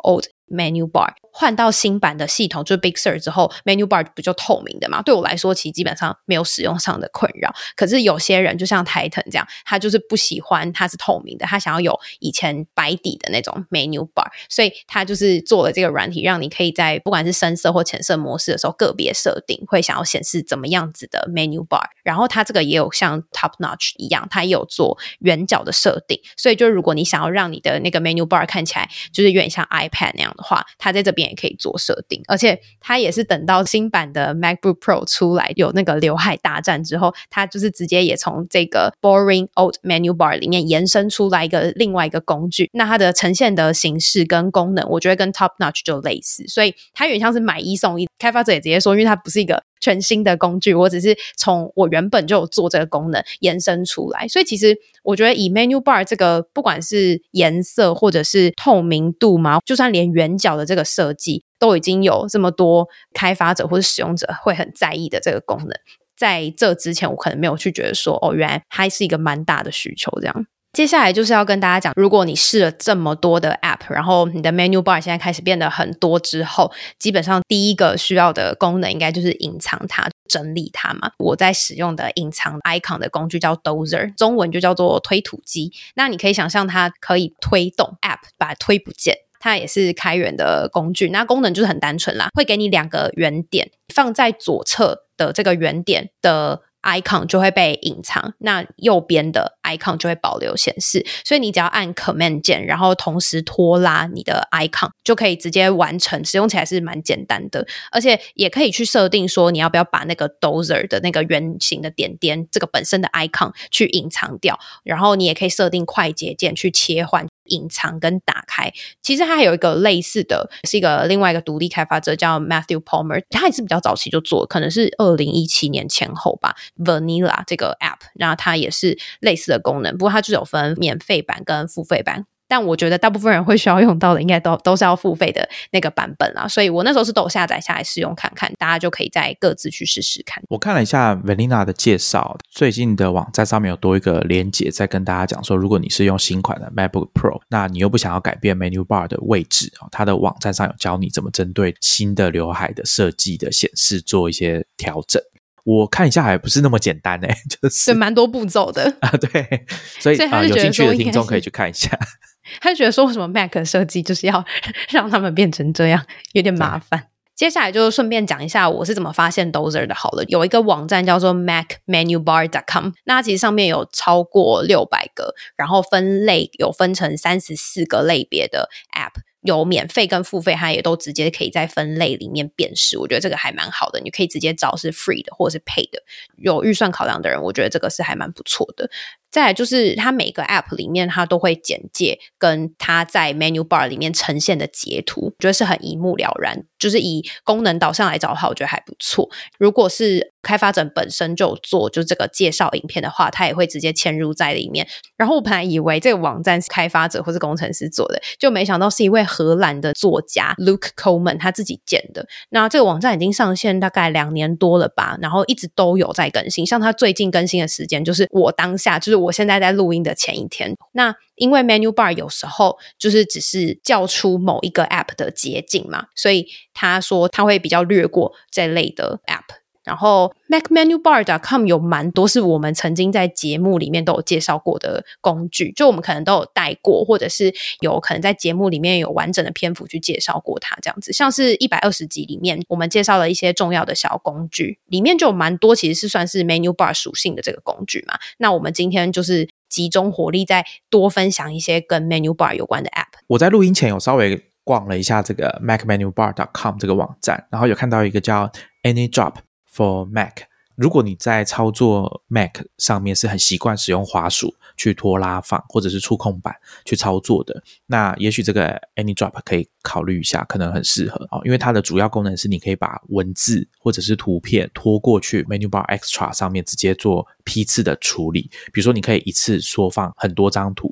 menu bar。换到新版的系统就是 Big Sur 之后 menu bar 不就透明的嘛，对我来说其实基本上没有使用上的困扰。可是有些人就像 Titan 这样，他就是不喜欢它是透明的，他想要有以前白底的那种 menu bar， 所以他就是做了这个软体，让你可以在不管是深色或浅色模式的时候个别设定会想要显示怎么样子的 menu bar。 然后他这个也有像 Top Notch 一样，他也有做圆角的设定，所以就如果你想要让你的那个 menu bar 看起来就是有点像 iPad 那样的话，他在这边也可以做设定。而且他也是等到新版的 MacBook Pro 出来有那个刘海大战之后，他就是直接也从这个 Boring Old Menu Bar 里面延伸出来另外一个工具，那它的呈现的形式跟功能我觉得跟 Top Notch 就类似，所以它有点像是买一送一。开发者也直接说因为它不是一个全新的工具，我只是从我原本就有做这个功能延伸出来。所以其实我觉得以 Menu Bar 这个不管是颜色或者是透明度嘛，就算连圆角的这个设计都已经有这么多开发者或者使用者会很在意的这个功能，在这之前我可能没有去觉得说原来它是一个蛮大的需求这样。接下来就是要跟大家讲，如果你试了这么多的 app， 然后你的 menu bar 现在开始变得很多之后，基本上第一个需要的功能应该就是隐藏它，整理它嘛。我在使用的隐藏 icon 的工具叫 Dozer， 中文就叫做推土机。那你可以想象它可以推动 app 把它推不见，它也是开源的工具。那功能就是很单纯啦，会给你2个圆点，放在左侧的这个圆点的icon 就会被隐藏，那右边的 icon 就会保留显示。所以你只要按 Command 键，然后同时拖拉你的 icon 就可以直接完成，使用起来是蛮简单的。而且也可以去设定说你要不要把那个 Dozer 的那个圆形的点点这个本身的 icon 去隐藏掉，然后你也可以设定快捷键去切换隐藏跟打开。其实它还有一个类似的，是另外一个独立开发者叫 Matthew Palmer， 他也是比较早期就做，可能是2017年前后吧， Vanilla 这个 app， 那它也是类似的功能，不过它就是有分免费版跟付费版，但我觉得大部分人会需要用到的应该都是要付费的那个版本啦，所以我那时候是都有下载下来试用看看，大家就可以再各自去试试看。 我看了一下 Vanilla 的介绍，最近的网站上面有多一个连结在跟大家讲说，如果你是用新款的 MacBook Pro， 那你又不想要改变 Menu Bar 的位置，它的网站上有教你怎么针对新的刘海的设计的显示做一些调整。我看一下还不是那么简单就是对，蛮多步骤的对，所以有兴趣的听众可以去看一下。 他就觉得说为什么 Mac 的设计就是要让他们变成这样，有点麻烦。接下来就顺便讲一下我是怎么发现 Dozer 的好了。有一个网站叫做 macmenubar.com， 那它其实上面有超过600个，然后分类有分成34个类别的 app，有免费跟付费，它也都直接可以在分类里面辨识，我觉得这个还蛮好的，你可以直接找是 free 的或是 pay 的。有预算考量的人，我觉得这个是还蛮不错的。再来就是它每个 app 里面它都会简介跟它在 menu bar 里面呈现的截图，我觉得是很一目了然，就是以功能导向来找的话，我觉得还不错。如果是开发者本身就有做就这个介绍影片的话，它也会直接嵌入在里面。然后我本来以为这个网站是开发者或是工程师做的，就没想到是一位荷兰的作家 Luke Coleman 他自己建的。那这个网站已经上线大概2年多了吧，然后一直都有在更新，像他最近更新的时间就是我当下就是我现在在录音的前一天。那因为 menu bar 有时候就是只是叫出某一个 app 的捷径嘛，所以他说他会比较略过这类的 app。然后 macmenubar.com 有蛮多是我们曾经在节目里面都有介绍过的工具，就我们可能都有带过，或者是有可能在节目里面有完整的篇幅去介绍过它这样子。像是120集里面我们介绍了一些重要的小工具，里面就有蛮多其实是算是 menu bar 属性的这个工具嘛。那我们今天就是集中火力再多分享一些跟 menu bar 有关的 app。 我在录音前有稍微逛了一下这个 macmenubar.com 这个网站，然后有看到一个叫 AnyDrop for Mac。 如果你在操作 Mac 上面是很习惯使用滑鼠去拖拉放或者是触控板去操作的，那也许这个 AnyDrop 可以考虑一下，可能很适合因为它的主要功能是你可以把文字或者是图片拖过去 Menu Bar Extra 上面直接做批次的处理。比如说你可以一次缩放很多张图片，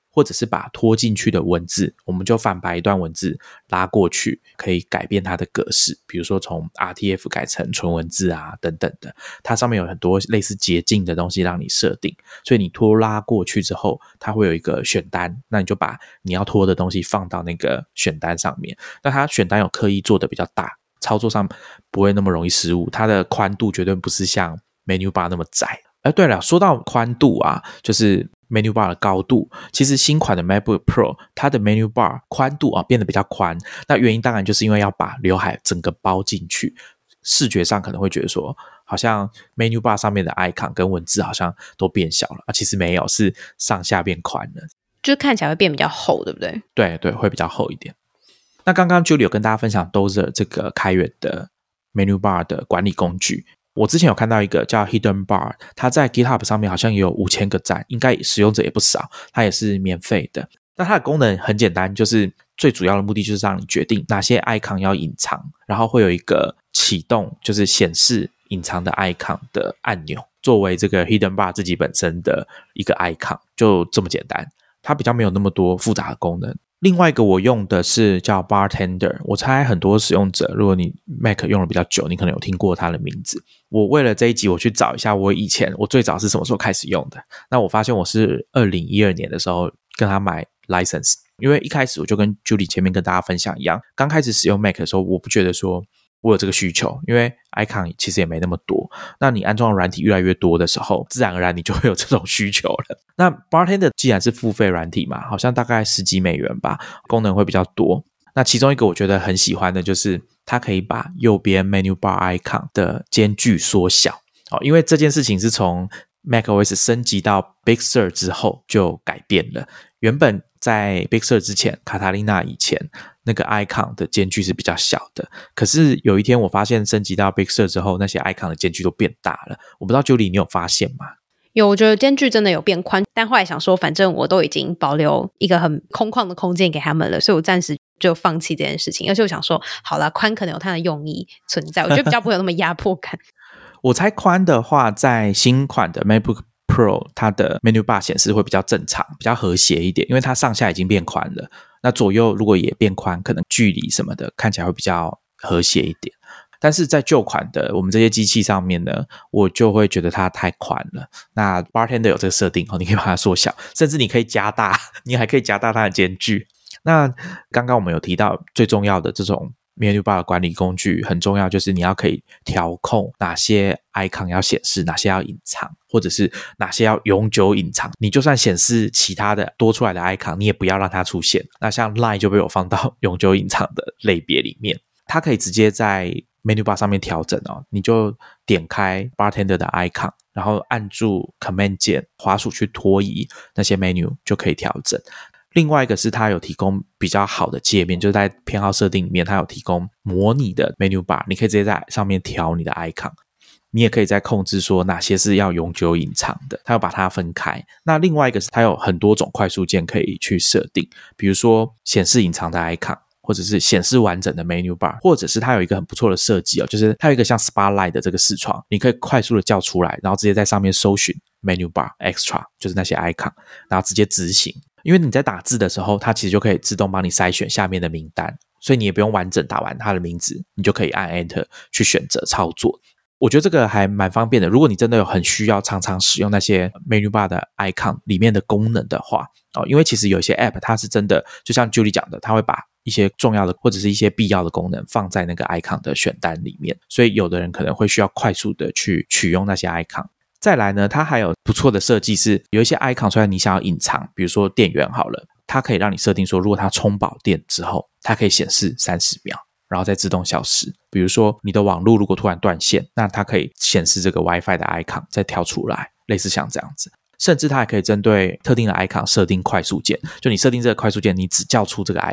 或者是把拖进去的文字，我们就反白一段文字拉过去，可以改变它的格式，比如说从 RTF 改成纯文字啊等等的，它上面有很多类似捷径的东西让你设定，所以你拖拉过去之后，它会有一个选单，那你就把你要拖的东西放到那个选单上面，那它选单有刻意做的比较大，操作上不会那么容易失误，它的宽度绝对不是像 menu bar 那么窄。对了，说到宽度啊，就是 menu bar 的高度，其实新款的 MacBook Pro 它的 menu bar 宽度变得比较宽，那原因当然就是因为要把刘海整个包进去，视觉上可能会觉得说好像 menu bar 上面的 icon 跟文字好像都变小了，其实没有，是上下变宽了， 就看起来会变比较厚，对不对？ 对对，会比较厚一点。那刚刚 Julie 有跟大家分享 Dozer 这个开源的 menu bar 的管理工具，我之前有看到一个叫 Hidden Bar， 它在 GitHub 上面好像也有5000个赞，应该使用者也不少，它也是免费的。那它的功能很简单，就是最主要的目的就是让你决定哪些 icon 要隐藏，然后会有一个启动，就是显示隐藏的 icon 的按钮，作为这个 Hidden Bar 自己本身的一个 icon， 就这么简单，它比较没有那么多复杂的功能。另外一个我用的是叫 Bartender， 我猜很多使用者，如果你 Mac 用了比较久，你可能有听过它的名字。我为了这一集我去找一下我最早是什么时候开始用的，那我发现我是2012年的时候跟他买 license， 因为一开始我就跟 Julie 前面跟大家分享一样，刚开始使用 Mac 的时候，我不觉得说我有这个需求，因为 icon 其实也没那么多，那你安装的软体越来越多的时候，自然而然你就会有这种需求了。那 Bartender 既然是付费软体嘛，好像大概10几美元吧，功能会比较多。那其中一个我觉得很喜欢的就是它可以把右边 menu bar icon 的间距缩小，因为这件事情是从 macOS 升级到 Big Sur 之后就改变了。原本在 Big Sur 之前，卡塔琳娜以前那个 icon 的间距是比较小的，可是有一天我发现升级到 Big Sur 之后，那些 icon 的间距都变大了。我不知道 Julie 你有发现吗？ 有，我觉得间距真的有变宽，但后来想说反正我都已经保留一个很空旷的空间给他们了，所以我暂时就放弃这件事情。而且我想说好啦，宽可能有它的用意存在，我觉得比较不会有那么压迫感。 我猜宽的话，在新款的 MacBook Pro 它的 menu bar 显示会比较正常，比较和谐一点，因为它上下已经变宽了，那左右如果也变宽，可能距离什么的看起来会比较和谐一点。但是在旧款的我们这些机器上面呢，我就会觉得它太宽了。那 Bartender 有这个设定，你可以把它缩小，甚至你可以加大，你还可以加大它的间距。那刚刚我们有提到最重要的这种 menu bar 的管理工具很重要，就是你要可以调控哪些 icon 要显示，哪些要隐藏，或者是哪些要永久隐藏。你就算显示其他的多出来的 icon， 你也不要让它出现。那像 Line 就被我放到永久隐藏的类别里面，它可以直接在 menu bar 上面调整你就点开 Bartender 的 icon， 然后按住 Command 键，滑鼠去拖移那些 menu 就可以调整。另外一个是它有提供比较好的界面，就是在偏好设定里面它有提供模拟的 menu bar， 你可以直接在上面调你的 icon， 你也可以再控制说哪些是要永久隐藏的，它要把它分开。那另外一个是它有很多种快速键可以去设定，比如说显示隐藏的 icon，或者是显示完整的 menu bar， 或者是它有一个很不错的设计就是它有一个像 Spotlight 的这个视窗，你可以快速的叫出来，然后直接在上面搜寻 menu bar extra， 就是那些 icon， 然后直接执行。因为你在打字的时候，它其实就可以自动帮你筛选下面的名单，所以你也不用完整打完它的名字，你就可以按 Enter 去选择操作。我觉得这个还蛮方便的，如果你真的有很需要常常使用那些 menu bar 的 icon 里面的功能的话，因为其实有一些 app 它是真的就像 Julie 讲的，它会把一些重要的或者是一些必要的功能放在那个 icon 的选单里面，所以有的人可能会需要快速的去取用那些 icon。再来呢，它还有不错的设计是有一些 icon 虽然你想要隐藏，比如说电源好了，它可以让你设定说如果它充饱电之后，它可以显示30秒然后再自动消失。比如说你的网络如果突然断线，那它可以显示这个 Wi-Fi 的 icon 再跳出来，类似像这样子。甚至它还可以针对特定的 icon 设定快速键，就你设定这个快速键，你只叫出这个 icon，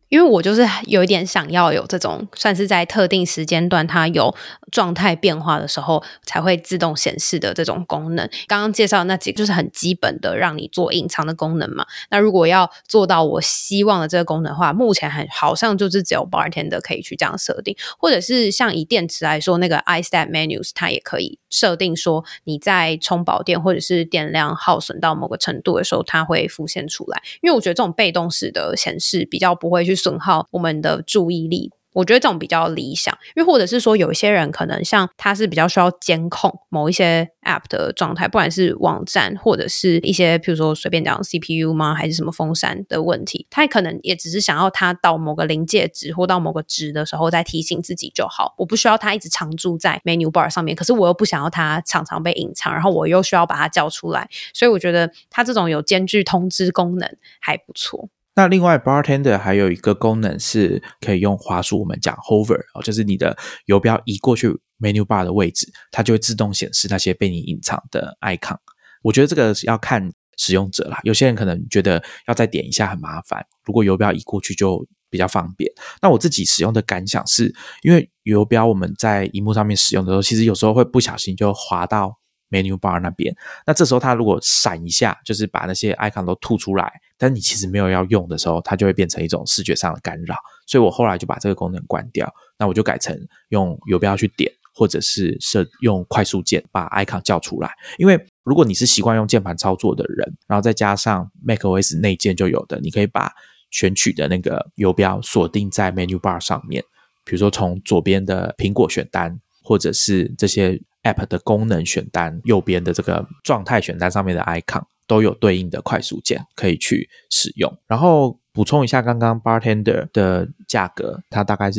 因为我就是有一点想要有这种算是在特定时间段它有状态变化的时候才会自动显示的这种功能。刚刚介绍的那几个就是很基本的让你做隐藏的功能嘛，那如果要做到我希望的这个功能的话，目前好像就是只有 Bartender 可以去这样设定，或者是像以电池来说，那个 iStat Menus 它也可以设定说你在充饱电或者是电量耗损到某个程度的时候它会浮现出来。因为我觉得这种被动式的显示比较不会去损耗我们的注意力，我觉得这种比较理想。因为或者是说有一些人可能像他是比较需要监控某一些 App 的状态，不管是网站或者是一些譬如说随便讲 CPU 吗还是什么风扇的问题，他可能也只是想要他到某个临界值或到某个值的时候再提醒自己就好，我不需要他一直常驻在 menu bar 上面，可是我又不想要他常常被隐藏，然后我又需要把它叫出来，所以我觉得他这种有兼具通知功能还不错。 那另外 Bartender 还有一个功能是可以用滑鼠我们讲 hover， 就是你的游标移过去 menu bar 的位置，它就会自动显示那些被你隐藏的 icon。 我觉得这个要看使用者啦，有些人可能觉得要再点一下很麻烦，如果游标移过去就比较方便。那我自己使用的感想是，因为游标我们在萤幕上面使用的时候，其实有时候会不小心就滑到menu bar 那边，那这时候它如果闪一下，就是把那些 icon 都吐出来，但你其实没有要用的时候，它就会变成一种视觉上的干扰，所以我后来就把这个功能关掉，那我就改成用游标去点，或者是用快速键把 icon 叫出来。因为如果你是习惯用键盘操作的人，然后再加上 macOS 内建就有的，你可以把选取的那个游标锁定在 menu bar 上面，比如说从左边的苹果选单，或者是这些 App 的功能选单右边的这个状态选单上面的 icon 都有对应的快速键可以去使用。然后补充一下刚刚 Bartender 的价格，它大概是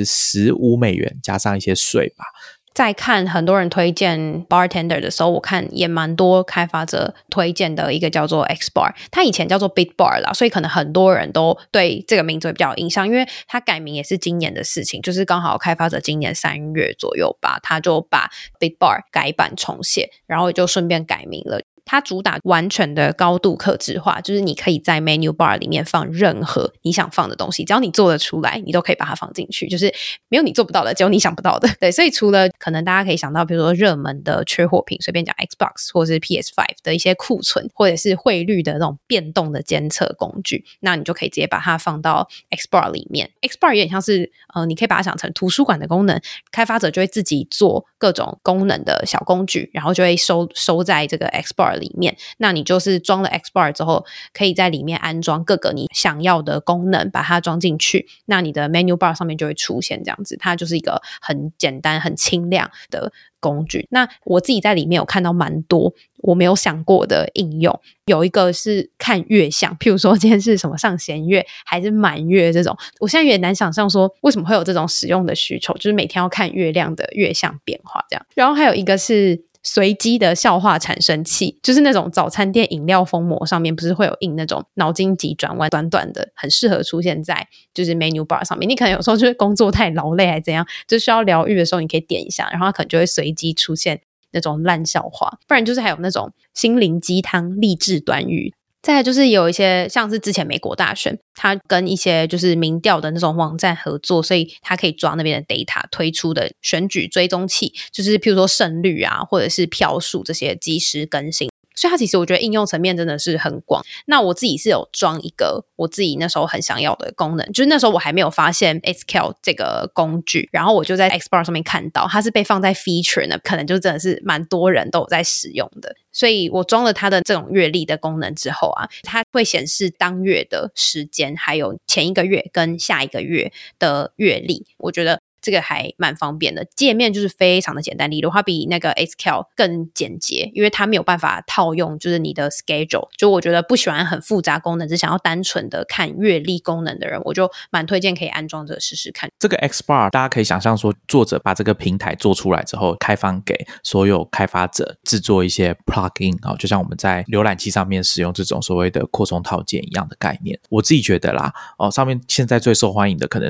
$15加上一些税吧。 在看很多人推荐 Bartender 的时候，我看也蛮多开发者推荐的一个叫做 Xbar， 它以前叫做 Bitbar 啦，所以可能很多人都对这个名字会比较有印象，因为它改名也是今年的事情，就是刚好开发者今年3月左右吧，他就把 Bitbar 改版重写，然后就顺便改名了。它主打完全的高度客制化，就是你可以在 menu bar 里面放任何你想放的东西，只要你做得出来，你都可以把它放进去，就是没有你做不到的，只有你想不到的。对，所以除了可能大家可以想到比如说热门的缺货品，随便讲 Xbox 或是 PS5 的一些库存，或者是汇率的那种变动的监测工具，那你就可以直接把它放到 Xbar 里面。Xbar 有点像是你可以把它想成图书馆的功能，开发者就会自己做各种功能的小工具，然后就会收在这个 Xbar 里面，那你就是装了 Xbar 之后，可以在里面安装各个你想要的功能，把它装进去，那你的 menu bar 上面就会出现这样子，它就是一个很简单很轻量的工具。那我自己在里面有看到蛮多我没有想过的应用，有一个是看月相，譬如说今天是什么上弦月还是满月这种，我现在也难想象说为什么会有这种使用的需求，就是每天要看月亮的月相变化这样。然后还有一个是随机的笑话产生器，就是那种早餐店饮料封膜上面不是会有印那种脑筋急转弯短短的，很适合出现在就是 menu bar 上面。你可能有时候就是工作太劳累还怎样，就需要疗愈的时候你可以点一下，然后它可能就会随机出现那种烂笑话，不然就是还有那种心灵鸡汤励志短语。再来就是有一些像是之前美国大选，他跟一些就是民调的那种网站合作，所以他可以抓那边的 data 推出的选举追踪器，就是譬如说胜率啊或者是票数这些即时更新，所以它其实我觉得应用层面真的是很广。那我自己是有装一个我自己那时候很想要的功能，就是那时候我还没有发现 Xcal 这个工具，然后我就在 Xbar 上面看到它是被放在 feature 呢，可能就真的是蛮多人都有在使用的，所以我装了它的这种月历的功能之后啊，它会显示当月的时间，还有前一个月跟下一个月的月历，我觉得这个还蛮方便的，界面就是非常的简单利落，它比那个 Xcal 更简洁，因为它没有办法套用就是你的 schedule， 就我觉得不喜欢很复杂功能，只想要单纯的看月历功能的人，我就蛮推荐可以安装这个试试看。 这个 Xbar 大家可以想象说，作者把这个平台做出来之后，开放给所有开发者制作一些 plugin，就像我们在浏览器上面使用这种所谓的扩充套件一样的概念。我自己觉得啦，上面现在最受欢迎的可能是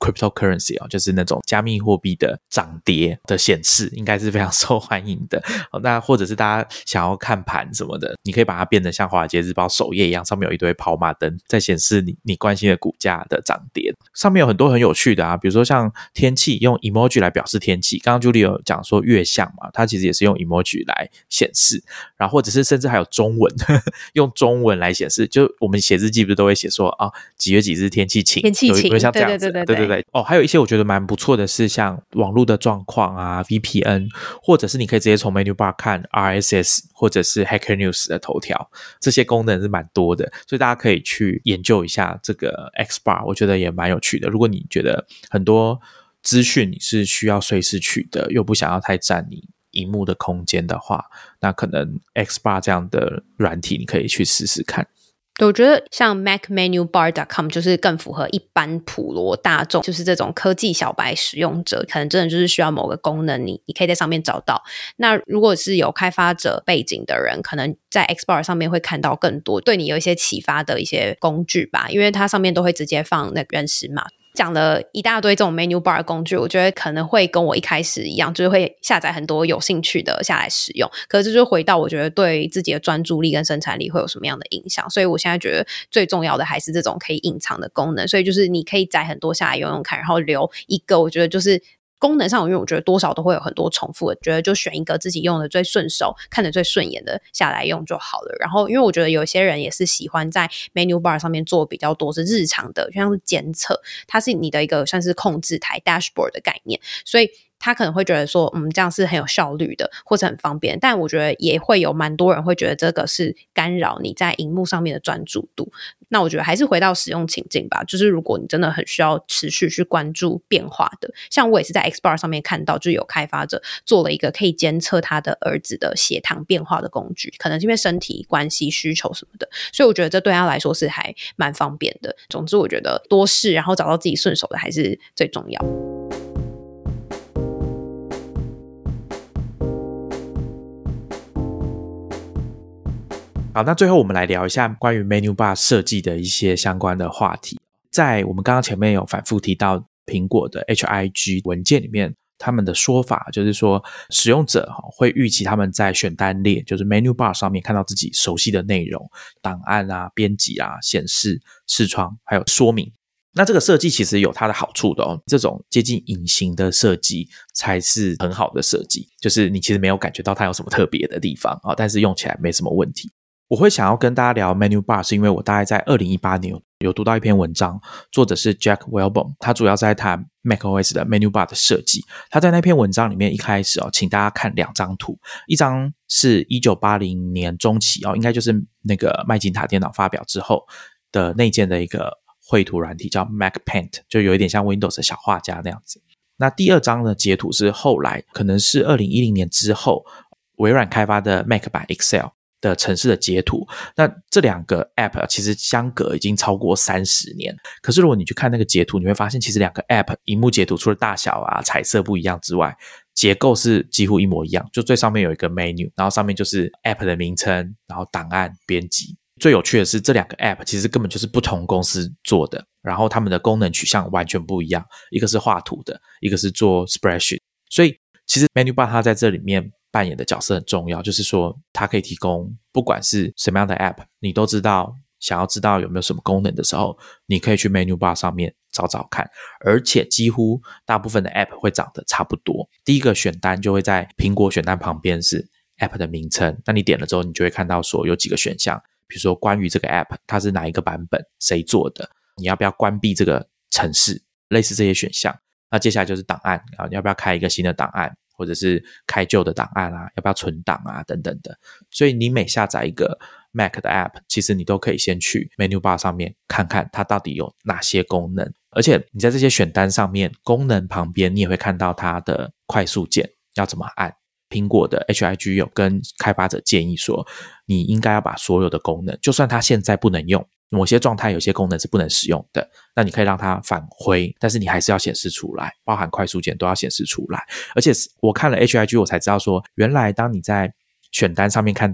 cryptocurrency 就是那种加密货币的涨跌的显示，应该是非常受欢迎的。那或者是大家想要看盘什么的，你可以把它变得像华尔街日报首页一样，上面有一堆跑马灯在显示你关心的股价的涨跌。上面有很多很有趣的比如说像天气用 emoji 来表示天气，刚刚 Julie 有讲说月相嘛，它其实也是用 emoji 来显示，然后或者是甚至还有中文用中文来显示，就我们写日记不是都会写说几月几日天气晴， 天气晴， 有像这样子， 对还有一些我觉得蛮不错的是像网络的状况VPN， 或者是你可以直接从 menu bar 看 RSS 或者是 Hacker News 的头条，这些功能是蛮多的，所以大家可以去研究一下这个 X bar， 我觉得也蛮有趣的。如果你觉得很多资讯你是需要随时取得，又不想要太占你萤幕的空间的话，那可能 X bar 这样的软体你可以去试试看。 我觉得像 macmenubar.com 就是更符合一般普罗大众，就是这种科技小白使用者，可能真的就是需要某个功能，你可以在上面找到。那如果是有开发者背景的人，可能在 Xbar 上面会看到更多对你有一些启发的一些工具吧，因为它上面都会直接放那个原始码。讲了一大堆这种 menu bar 的工具，我觉得可能会跟我一开始一样，就是会下载很多有兴趣的下来使用，可是这就回到我觉得对自己的专注力跟生产力会有什么样的影响，所以我现在觉得最重要的还是这种可以隐藏的功能，所以就是你可以载很多下来用用看，然后留一个我觉得就是功能上，因为我觉得多少都会有很多重复的，觉得就选一个自己用的最顺手看得最顺眼的下来用就好了。然后因为我觉得有些人也是喜欢在 menu bar 上面做比较多是日常的，就像是监测，它是你的一个算是控制台 dashboard 的概念，所以他可能会觉得说这样是很有效率的或者很方便，但我觉得也会有蛮多人会觉得这个是干扰你在荧幕上面的专注度。那我觉得还是回到使用情境吧，就是如果你真的很需要持续去关注变化的，像我也是在 Xbar 上面看到就有开发者做了一个可以监测他的儿子的血糖变化的工具，可能是因为身体关系需求什么的，所以我觉得这对他来说是还蛮方便的。总之我觉得多试，然后找到自己顺手的还是最重要。 好，那最后我们来聊一下关于 menu bar 设计的一些相关的话题。在我们刚刚前面有反复提到苹果的 HIG 文件里面，他们的说法就是说使用者会预期他们在选单列就是 menu bar 上面看到自己熟悉的内容，档案编辑显示视窗还有说明。那这个设计其实有它的好处的这种接近隐形的设计才是很好的设计，就是你其实没有感觉到它有什么特别的地方但是用起来没什么问题。我会想要跟大家聊 menu bar 是因为我大概在2018年有读到一篇文章，作者是 Jack Welborn， 他主要在谈 macOS 的 menu bar 的设计。他在那篇文章里面一开始请大家看2张图，一张是1980年中期应该就是那个麦金塔电脑发表之后的内建的一个绘图软体叫 Mac Paint， 就有一点像 Windows 的小画家那样子。那第2张的截图是后来可能是2010年之后微软开发的 Mac 版 Excel的程式的截图。那这2个 App 其实相隔已经超过30年，可是如果你去看那个截图，你会发现其实2个 App 萤幕截图除了大小彩色不一样之外，结构是几乎一模一样，就最上面有一个 menu， 然后上面就是 App 的名称，然后档案编辑。最有趣的是这2个 App 其实根本就是不同公司做的，然后他们的功能取向完全不一样，一个是画图的，一个是做 spreadsheet。 所以其实 menu bar 它在这里面扮演的角色很重要，就是说它可以提供不管是什么样的 App， 你都知道想要知道有没有什么功能的时候，你可以去 menu bar 上面找找看，而且几乎大部分的 App 会长得差不多。第一个选单就会在苹果选单旁边是 App 的名称，那你点了之后你就会看到说有几个选项，比如说关于这个 App 它是哪一个版本谁做的，你要不要关闭这个程式，类似这些选项。那接下来就是档案你要不要开一个新的档案，或者是开旧的档案要不要存档等等的。所以你每下载一个 Mac 的 App， 其实你都可以先去 menu bar 上面看看它到底有哪些功能，而且你在这些选单上面功能旁边你也会看到它的快速键要怎么按。苹果的 HIG 有跟开发者建议说，你应该要把所有的功能，就算它现在不能用，某些状态有些功能是不能使用的，那你可以让它返回，但是你还是要显示出来，包含快速键都要显示出来。而且我看了 HIG 我才知道说，原来当你在选单上面看到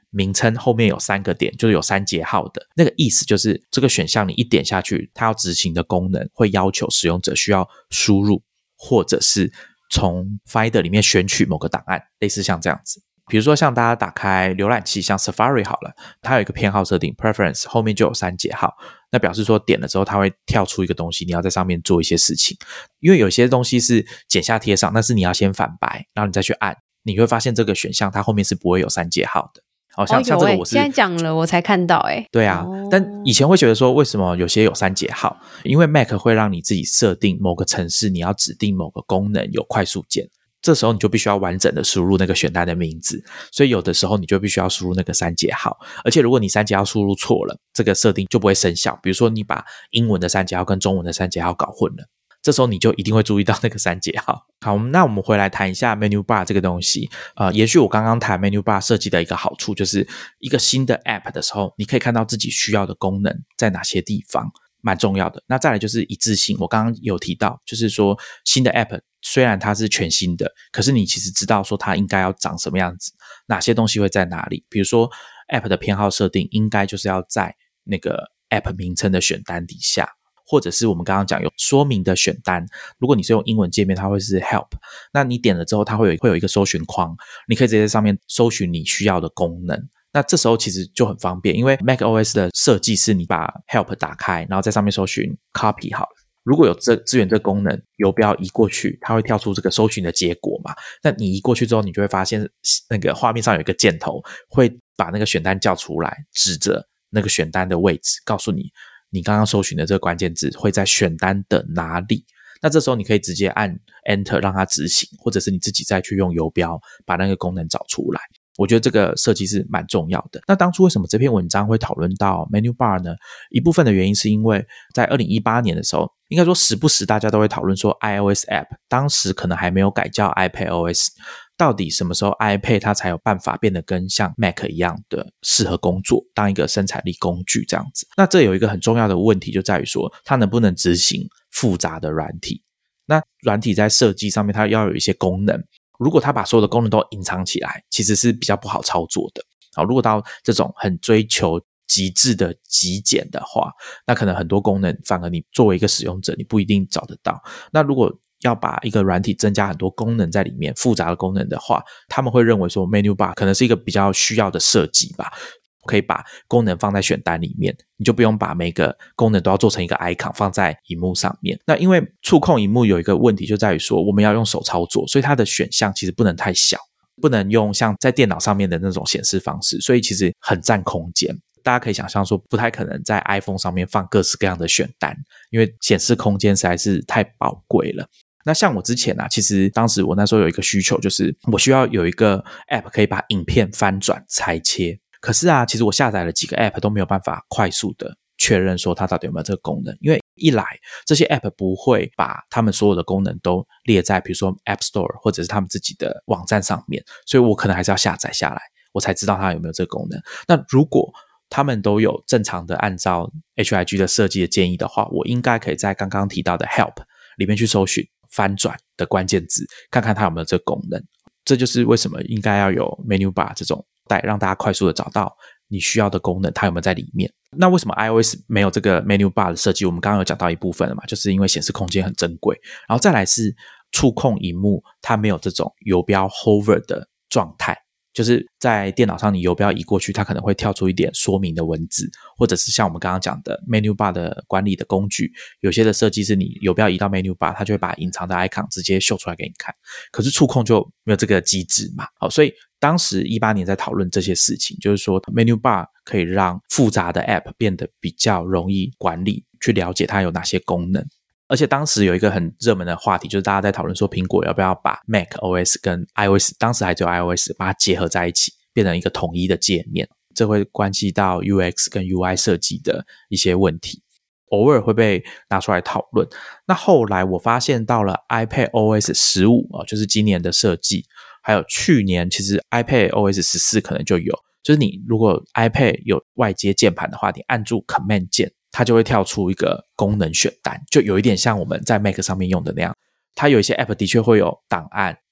名称后面有3个点，就是有3节号的，那个意思就是这个选项你一点下去，它要执行的功能会要求使用者需要输入或者是从 Finder 里面选取某个档案，类似像这样子。比如说像大家打开浏览器，像 Safari 好了，它有一个偏好设定 Preference 后面就有3节号，那表示说点了之后它会跳出一个东西，你要在上面做一些事情。因为有些东西是剪下贴上，但是你要先反白，然后你再去按，你会发现这个选项它后面是不会有3节号的。像这个我是现在讲了我才看到对啊，但以前会觉得说为什么有些有3节号，因为 Mac 会让你自己设定某个程式你要指定某个功能有快速键，这时候你就必须要完整的输入那个选单的名字，所以有的时候你就必须要输入那个3节号，而且如果你3节号输入错了，这个设定就不会生效。比如说你把英文的3节号跟中文的3节号搞混了，这时候你就一定会注意到那个3节号。好，那我们回来谈一下 Menu Bar 这个东西。也许我刚刚谈 Menu Bar 设计的一个好处，就是一个新的 App 的时候，你可以看到自己需要的功能在哪些地方，蛮重要的。那再来就是一致性，我刚刚有提到，就是说新的 App 虽然它是全新的，可是你其实知道说它应该要长什么样子，哪些东西会在哪里。比如说 App 的偏好设定应该就是要在那个 App 名称的选单底下，或者是我们刚刚讲有说明的选单，如果你是用英文界面，它会是 Help， 那你点了之后它会有一个搜寻框，你可以直接在上面搜寻你需要的功能。那这时候其实就很方便，因为 macOS 的设计是你把 Help 打开，然后在上面搜寻 Copy 好了，如果有支援这功能，游标移过去，它会跳出这个搜寻的结果嘛。那你移过去之后，你就会发现那个画面上有一个箭头，会把那个选单叫出来，指着那个选单的位置，告诉你你刚刚搜寻的这个关键字会在选单的哪里。那这时候你可以直接按 Enter 让它执行，或者是你自己再去用游标把那个功能找出来。我觉得这个设计是蛮重要的。那当初为什么这篇文章会讨论到 Menu Bar 呢？一部分的原因是因为在2018年的时候，应该说时不时大家都会讨论说 iOS App 当时可能还没有改叫 iPadOS， 到底什么时候 iPad 它才有办法变得跟像 Mac 一样的适合工作，当一个生产力工具这样子。那这有一个很重要的问题就在于说它能不能执行复杂的软体。那软体在设计上面它要有一些功能，如果他把所有的功能都隐藏起来，其实是比较不好操作的。好，如果到这种很追求极致的极简的话，那可能很多功能反而你作为一个使用者你不一定找得到。那如果要把一个软体增加很多功能在里面，复杂的功能的话，他们会认为说 Menu Bar 可能是一个比较需要的设计吧，可以把功能放在选单里面，你就不用把每个功能都要做成一个 icon 放在萤幕上面。那因为触控萤幕有一个问题就在于说我们要用手操作，所以它的选项其实不能太小，不能用像在电脑上面的那种显示方式，所以其实很占空间。大家可以想象说不太可能在 iPhone 上面放各式各样的选单，因为显示空间实在是太宝贵了。那像我之前其实当时我那时候有一个需求，就是我需要有一个 App 可以把影片翻转裁切，可是其实我下载了几个 App 都没有办法快速的确认说它到底有没有这个功能。因为一来这些 App 不会把他们所有的功能都列在比如说 App Store 或者是他们自己的网站上面，所以我可能还是要下载下来我才知道它有没有这个功能。那如果他们都有正常的按照 HIG 的设计的建议的话，我应该可以在刚刚提到的 Help 里面去搜寻翻转的关键字，看看它有没有这个功能。这就是为什么应该要有 Menu Bar 这种让大家快速的找到你需要的功能它有没有在里面。那为什么 iOS 没有这个 Menu Bar 的设计？我们刚刚有讲到一部分了嘛，就是因为显示空间很珍贵，然后再来是触控萤幕它没有这种游标 hover 的状态，就是在电脑上你游标移过去，它可能会跳出一点说明的文字，或者是像我们刚刚讲的 Menu Bar 的管理的工具，有些的设计是你游标移到 Menu Bar 它就会把隐藏的 icon 直接秀出来给你看，可是触控就没有这个机制嘛。好，所以当时18年在讨论这些事情，就是说 Menu Bar 可以让复杂的 App 变得比较容易管理，去了解它有哪些功能。而且当时有一个很热门的话题，就是大家在讨论说苹果要不要把 macOS 跟 iOS， 当时还只有 iOS 把它结合在一起变成一个统一的界面，这会关系到 UX 跟 UI 设计的一些问题，偶尔会被拿出来讨论。那后来我发现到了 iPadOS 15，就是今年的设计，还有去年其实 iPadOS 14可能就有，就是你如果 iPad 有外接键盘的话，你按住 Command 键它就会跳出一个功能选单，就有一点像我们在 Mac 上面用的那样。它有一些 App 的确会有档案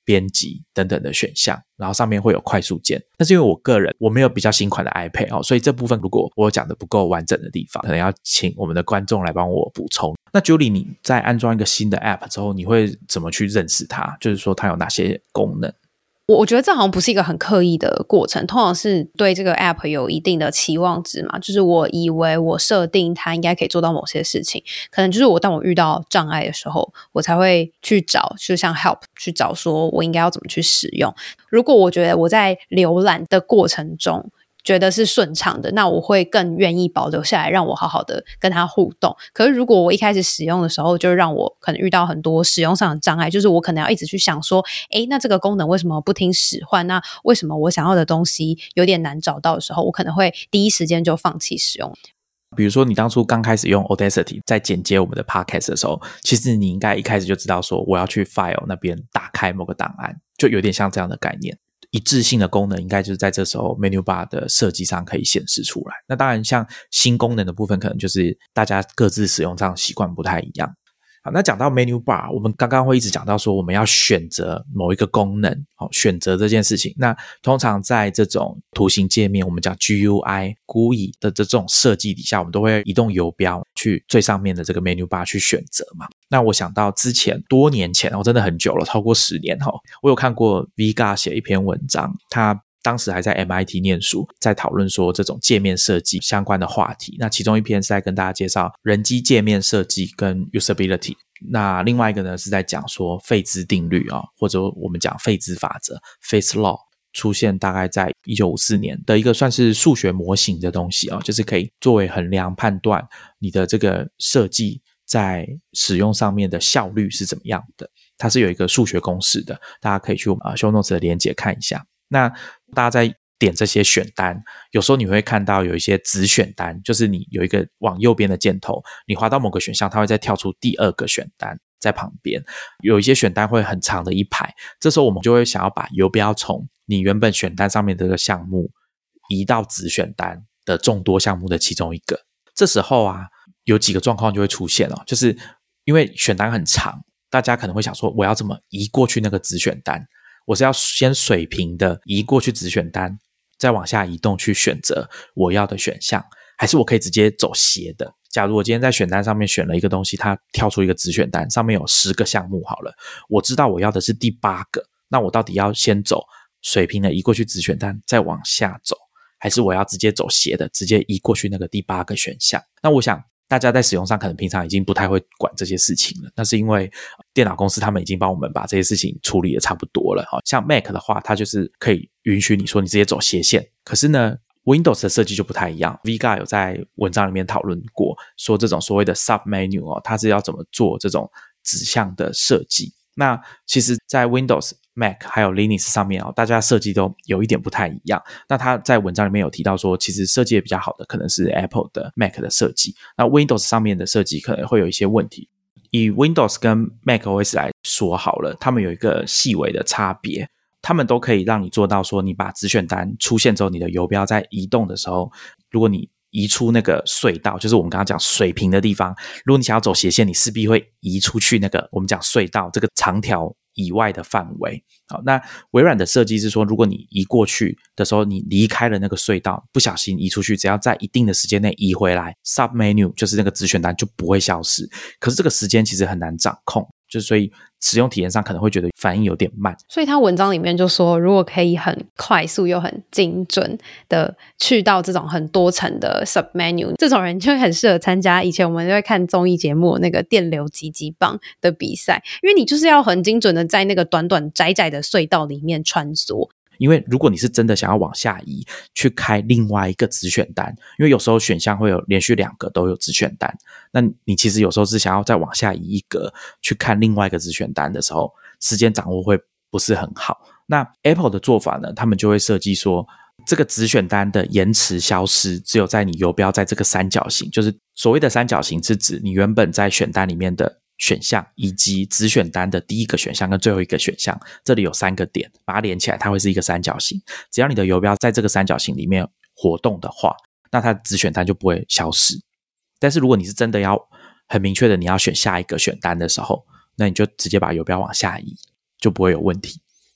编辑等等的选项，然后上面会有快速键。但是因为我个人我没有比较新款的 iPad 所以这部分如果我讲的不够完整的地方，可能要请我们的观众来帮我补充。那 Julie 你在安装一个新的 App 之后，你会怎么去认识它？就是说它有哪些功能？ 我觉得这好像不是一个很刻意的过程，通常是对这个 app 有一定的期望值嘛，就是我以为我设定它应该可以做到某些事情，可能就是当我遇到障碍的时候，我才会去找，就像 help 去找说我应该要怎么去使用。如果我觉得我在浏览的过程中觉得是顺畅的，那我会更愿意保留下来，让我好好的跟他互动。可是如果我一开始使用的时候就让我可能遇到很多使用上的障碍，就是我可能要一直去想说那这个功能为什么不听使唤，那为什么我想要的东西有点难找到的时候，我可能会第一时间就放弃使用。 比如说你当初刚开始用 Audacity 在剪接我们的 podcast 的时候，其实你应该一开始就知道说我要去 file 那边打开某个档案，就有点像这样的概念。一致性的功能应该就是在这时候 menu bar 的设计上可以显示出来。那当然像新功能的部分可能就是大家各自使用上习惯不太一样。好，那讲到 menu bar， 我们刚刚会一直讲到说我们要选择某一个功能，选择这件事情。那通常在这种图形界面，我们讲 GUI GUI 的这种设计底下，我们都会移动游标去最上面的这个 menu bar 去选择嘛。那我想到之前多年前，真的很久了，超过10年，我有看过 Vga 写一篇文章，他当时还在 MIT 念书，在讨论说这种界面设计相关的话题。那其中一篇是在跟大家介绍人机界面设计跟 usability， 那另外一个呢是在讲说费兹定律或者我们讲费兹法则 Fitts Law， 出现大概在1954年的一个算是数学模型的东西就是可以作为衡量判断你的这个设计在使用上面的效率是怎么样的。它是有一个数学公式的，大家可以去show notes 的连结看一下。那大家在点这些选单，有时候你会看到有一些子选单，就是你有一个往右边的箭头，你滑到某个选项，它会再跳出第二个选单在旁边，有一些选单会很长的一排，这时候我们就会想要把游标从你原本选单上面这个项目移到子选单的众多项目的其中一个。这时候有几个状况就会出现就是因为选单很长，大家可能会想说我要怎么移过去那个子选单，我是要先水平的移过去子选单，再往下移动去选择我要的选项，还是我可以直接走斜的。假如我今天在选单上面选了一个东西，它跳出一个子选单，上面有10个项目好了，我知道我要的是第8个，那我到底要先走水平的移过去子选单再往下走，还是我要直接走斜的直接移过去那个第8个选项？那我想大家在使用上可能平常已经不太会管这些事情了，那是因为电脑公司他们已经帮我们把这些事情处理的差不多了。像 Mac 的话，它就是可以允许你说你直接走斜线，可是呢 Windows 的设计就不太一样。 Vga 有在文章里面讨论过，说这种所谓的 submenu 它是要怎么做这种指向的设计。那其实在 Windows、Mac 还有 Linux 上面大家设计都有一点不太一样。那他在文章里面有提到说，其实设计也比较好的可能是 Apple 的 Mac 的设计，那 Windows 上面的设计可能会有一些问题。以 Windows 跟 MacOS 来说好了，他们有一个细微的差别，他们都可以让你做到说，你把子选单出现之后，你的游标在移动的时候，如果你移出那个隧道，就是我们刚刚讲水平的地方，如果你想要走斜线，你势必会移出去那个我们讲隧道这个长条以外的范围。好，那微软的设计是说，如果你移过去的时候，你离开了那个隧道，不小心移出去，只要在一定的时间内移回来， submenu 就是那个子选单就不会消失。可是这个时间其实很难掌控，就所以使用体验上可能会觉得反应有点慢。 所以他文章里面就说，如果可以很快速又很精准的去到这种很多层的 submenu， 这种人就会很适合参加以前我们就会看综艺节目那个电流击击棒的比赛，因为你就是要很精准的在那个短短窄窄的隧道里面穿梭。 因为如果你是真的想要往下移去开另外一个子选单，因为有时候选项会有连续2个都有子选单，那你其实有时候是想要再往下移一格去看另外一个子选单的时候，时间掌握会不是很好。那 Apple 的做法呢，他们就会设计说，这个子选单的延迟消失只有在你游标在这个三角形，就是所谓的三角形是指你原本在选单里面的选项以及子选单的第一个选项跟最后一个选项，这里有3个点，把它连起来它会是一个三角形。只要你的游标在这个三角形里面活动的话，那它的子选单就不会消失。但是如果你是真的要很明确的你要选下一个选单的时候，那你就直接把游标往下移，就不会有问题。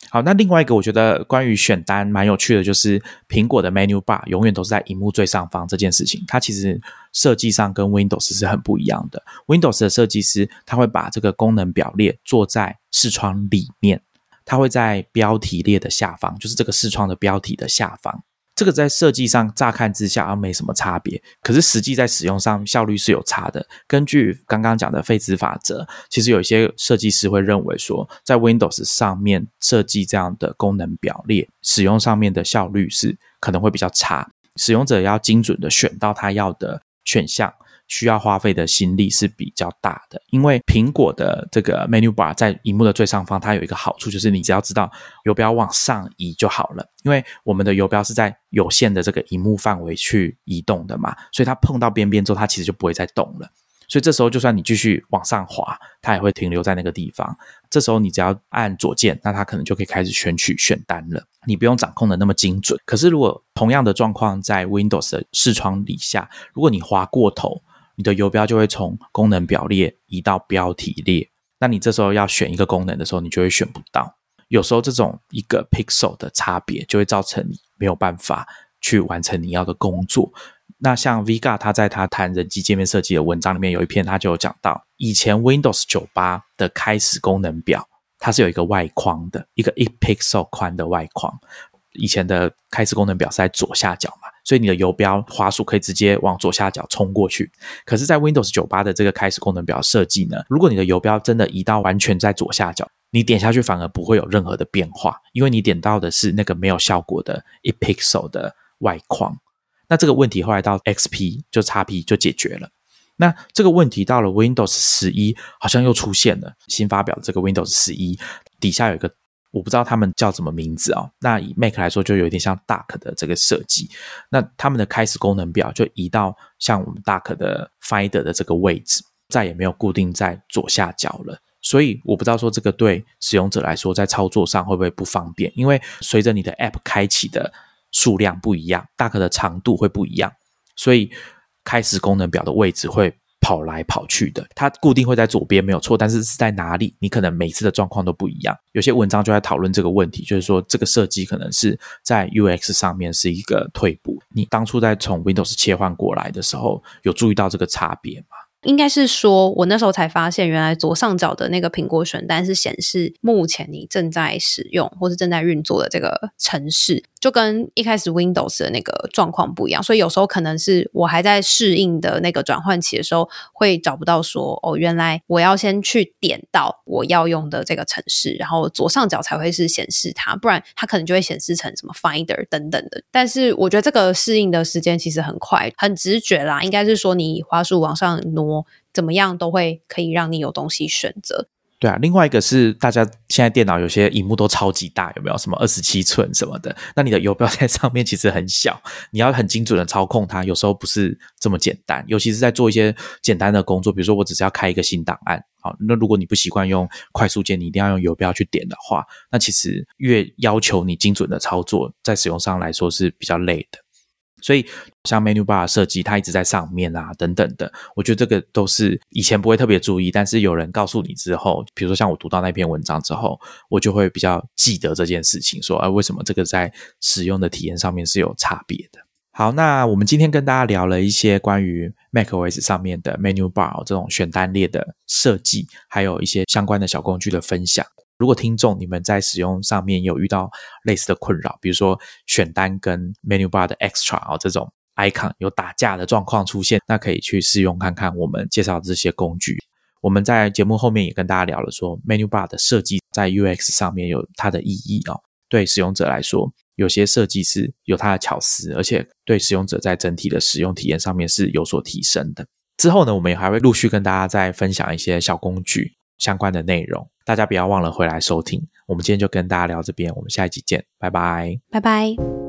好，那另外一个我觉得关于选单蛮有趣的，就是苹果的 menu bar 永远都是在萤幕最上方这件事情，它其实设计上跟 Windows 是很不一样的。Windows 的设计师他会把这个功能表列做在视窗里面，它会在标题列的下方，就是这个视窗的标题的下方。这个在设计上乍看之下没什么差别，可是实际在使用上效率是有差的。根据刚刚讲的费兹法则，其实有一些设计师会认为说，在 Windows 上面设计这样的功能表列，使用上面的效率是可能会比较差，使用者要精准的选到他要的选项，需要花费的心力是比较大的。因为苹果的这个 menu bar 在萤幕的最上方，它有一个好处，就是你只要知道游标往上移就好了，因为我们的游标是在有限的这个萤幕范围去移动的嘛，所以它碰到边边之后它其实就不会再动了，所以这时候就算你继续往上滑，它也会停留在那个地方。这时候你只要按左键，那它可能就可以开始选取选单了，你不用掌控的那么精准。可是如果同样的状况在 Windows 的视窗底下，如果你滑过头，你的游标就会从功能表列移到标题列，那你这时候要选一个功能的时候，你就会选不到。有时候这种一个 pixel 的差别就会造成你没有办法去完成你要的工作。那像 Vega 他在他谈人机界面设计的文章里面有一篇，他就有讲到以前 Windows 98的开始功能表它是有一个外框的，一个1 pixel 宽的外框。以前的开始功能表是在左下角嘛，所以你的游标滑鼠可以直接往左下角冲过去。可是在 Windows 98的这个开始功能表设计呢，如果你的游标真的移到完全在左下角，你点下去反而不会有任何的变化，因为你点到的是那个没有效果的1 pixel 的外框。那这个问题后来到 XP 就 XP 就解决了。那这个问题到了 Windows 11好像又出现了，新发表的这个 Windows 11底下有一个我不知道他们叫什么名字哦。那以 Mac 来说就有点像 Dock 的这个设计，那他们的开始功能表就移到像我们 Dock 的 Finder 的这个位置，再也没有固定在左下角了。所以我不知道说这个对使用者来说在操作上会不会不方便，因为随着你的 App 开启的数量不一样， Dock 的长度会不一样，所以开始功能表的位置会跑来跑去的，它固定会在左边没有错，但是是在哪里你可能每次的状况都不一样。有些文章就在讨论这个问题，就是说这个设计可能是在 UX 上面是一个退步，你当初在从 Windows 切换过来的时候有注意到这个差别吗？ 应该是说我那时候才发现原来左上角的那个苹果选单是显示目前你正在使用或是正在运作的这个程式，就跟一开始 Windows 的那个状况不一样，所以有时候可能是我还在适应的那个转换期的时候会找不到说原来我要先去点到我要用的这个程式，然后左上角才会是显示它，不然它可能就会显示成什么 Finder 等等的。但是我觉得这个适应的时间其实很快，很直觉啦，应该是说你滑鼠往上挪怎么样都会可以让你有东西选择。 对啊，另外一个是大家现在电脑有些萤幕都超级大，有没有什么27寸什么的，那你的游标在上面其实很小，你要很精准的操控它有时候不是这么简单，尤其是在做一些简单的工作，比如说我只是要开一个新档案，好，那如果你不习惯用快速键，你一定要用游标去点的话，那其实越要求你精准的操作，在使用上来说是比较累的。所以像 menu bar 的设计它一直在上面啊等等的，我觉得这个都是以前不会特别注意，但是有人告诉你之后，比如说像我读到那篇文章之后，我就会比较记得这件事情，说为什么这个在使用的体验上面是有差别的。好，那我们今天跟大家聊了一些关于 macOS 上面的 menu bar 这种选单列的设计，还有一些相关的小工具的分享。如果听众你们在使用上面有遇到类似的困扰，比如说选单跟 menu bar 的 extra 这种 icon 有打架的状况出现，那可以去试用看看我们介绍的这些工具。我们在节目后面也跟大家聊了说 menu bar 的设计在 UX 上面有它的意义对使用者来说有些设计是有它的巧思，而且对使用者在整体的使用体验上面是有所提升的。之后呢，我们也还会陆续跟大家再分享一些小工具相关的内容，大家不要忘了回来收听。我们今天就跟大家聊这边，我们下一集见，拜拜， 拜拜。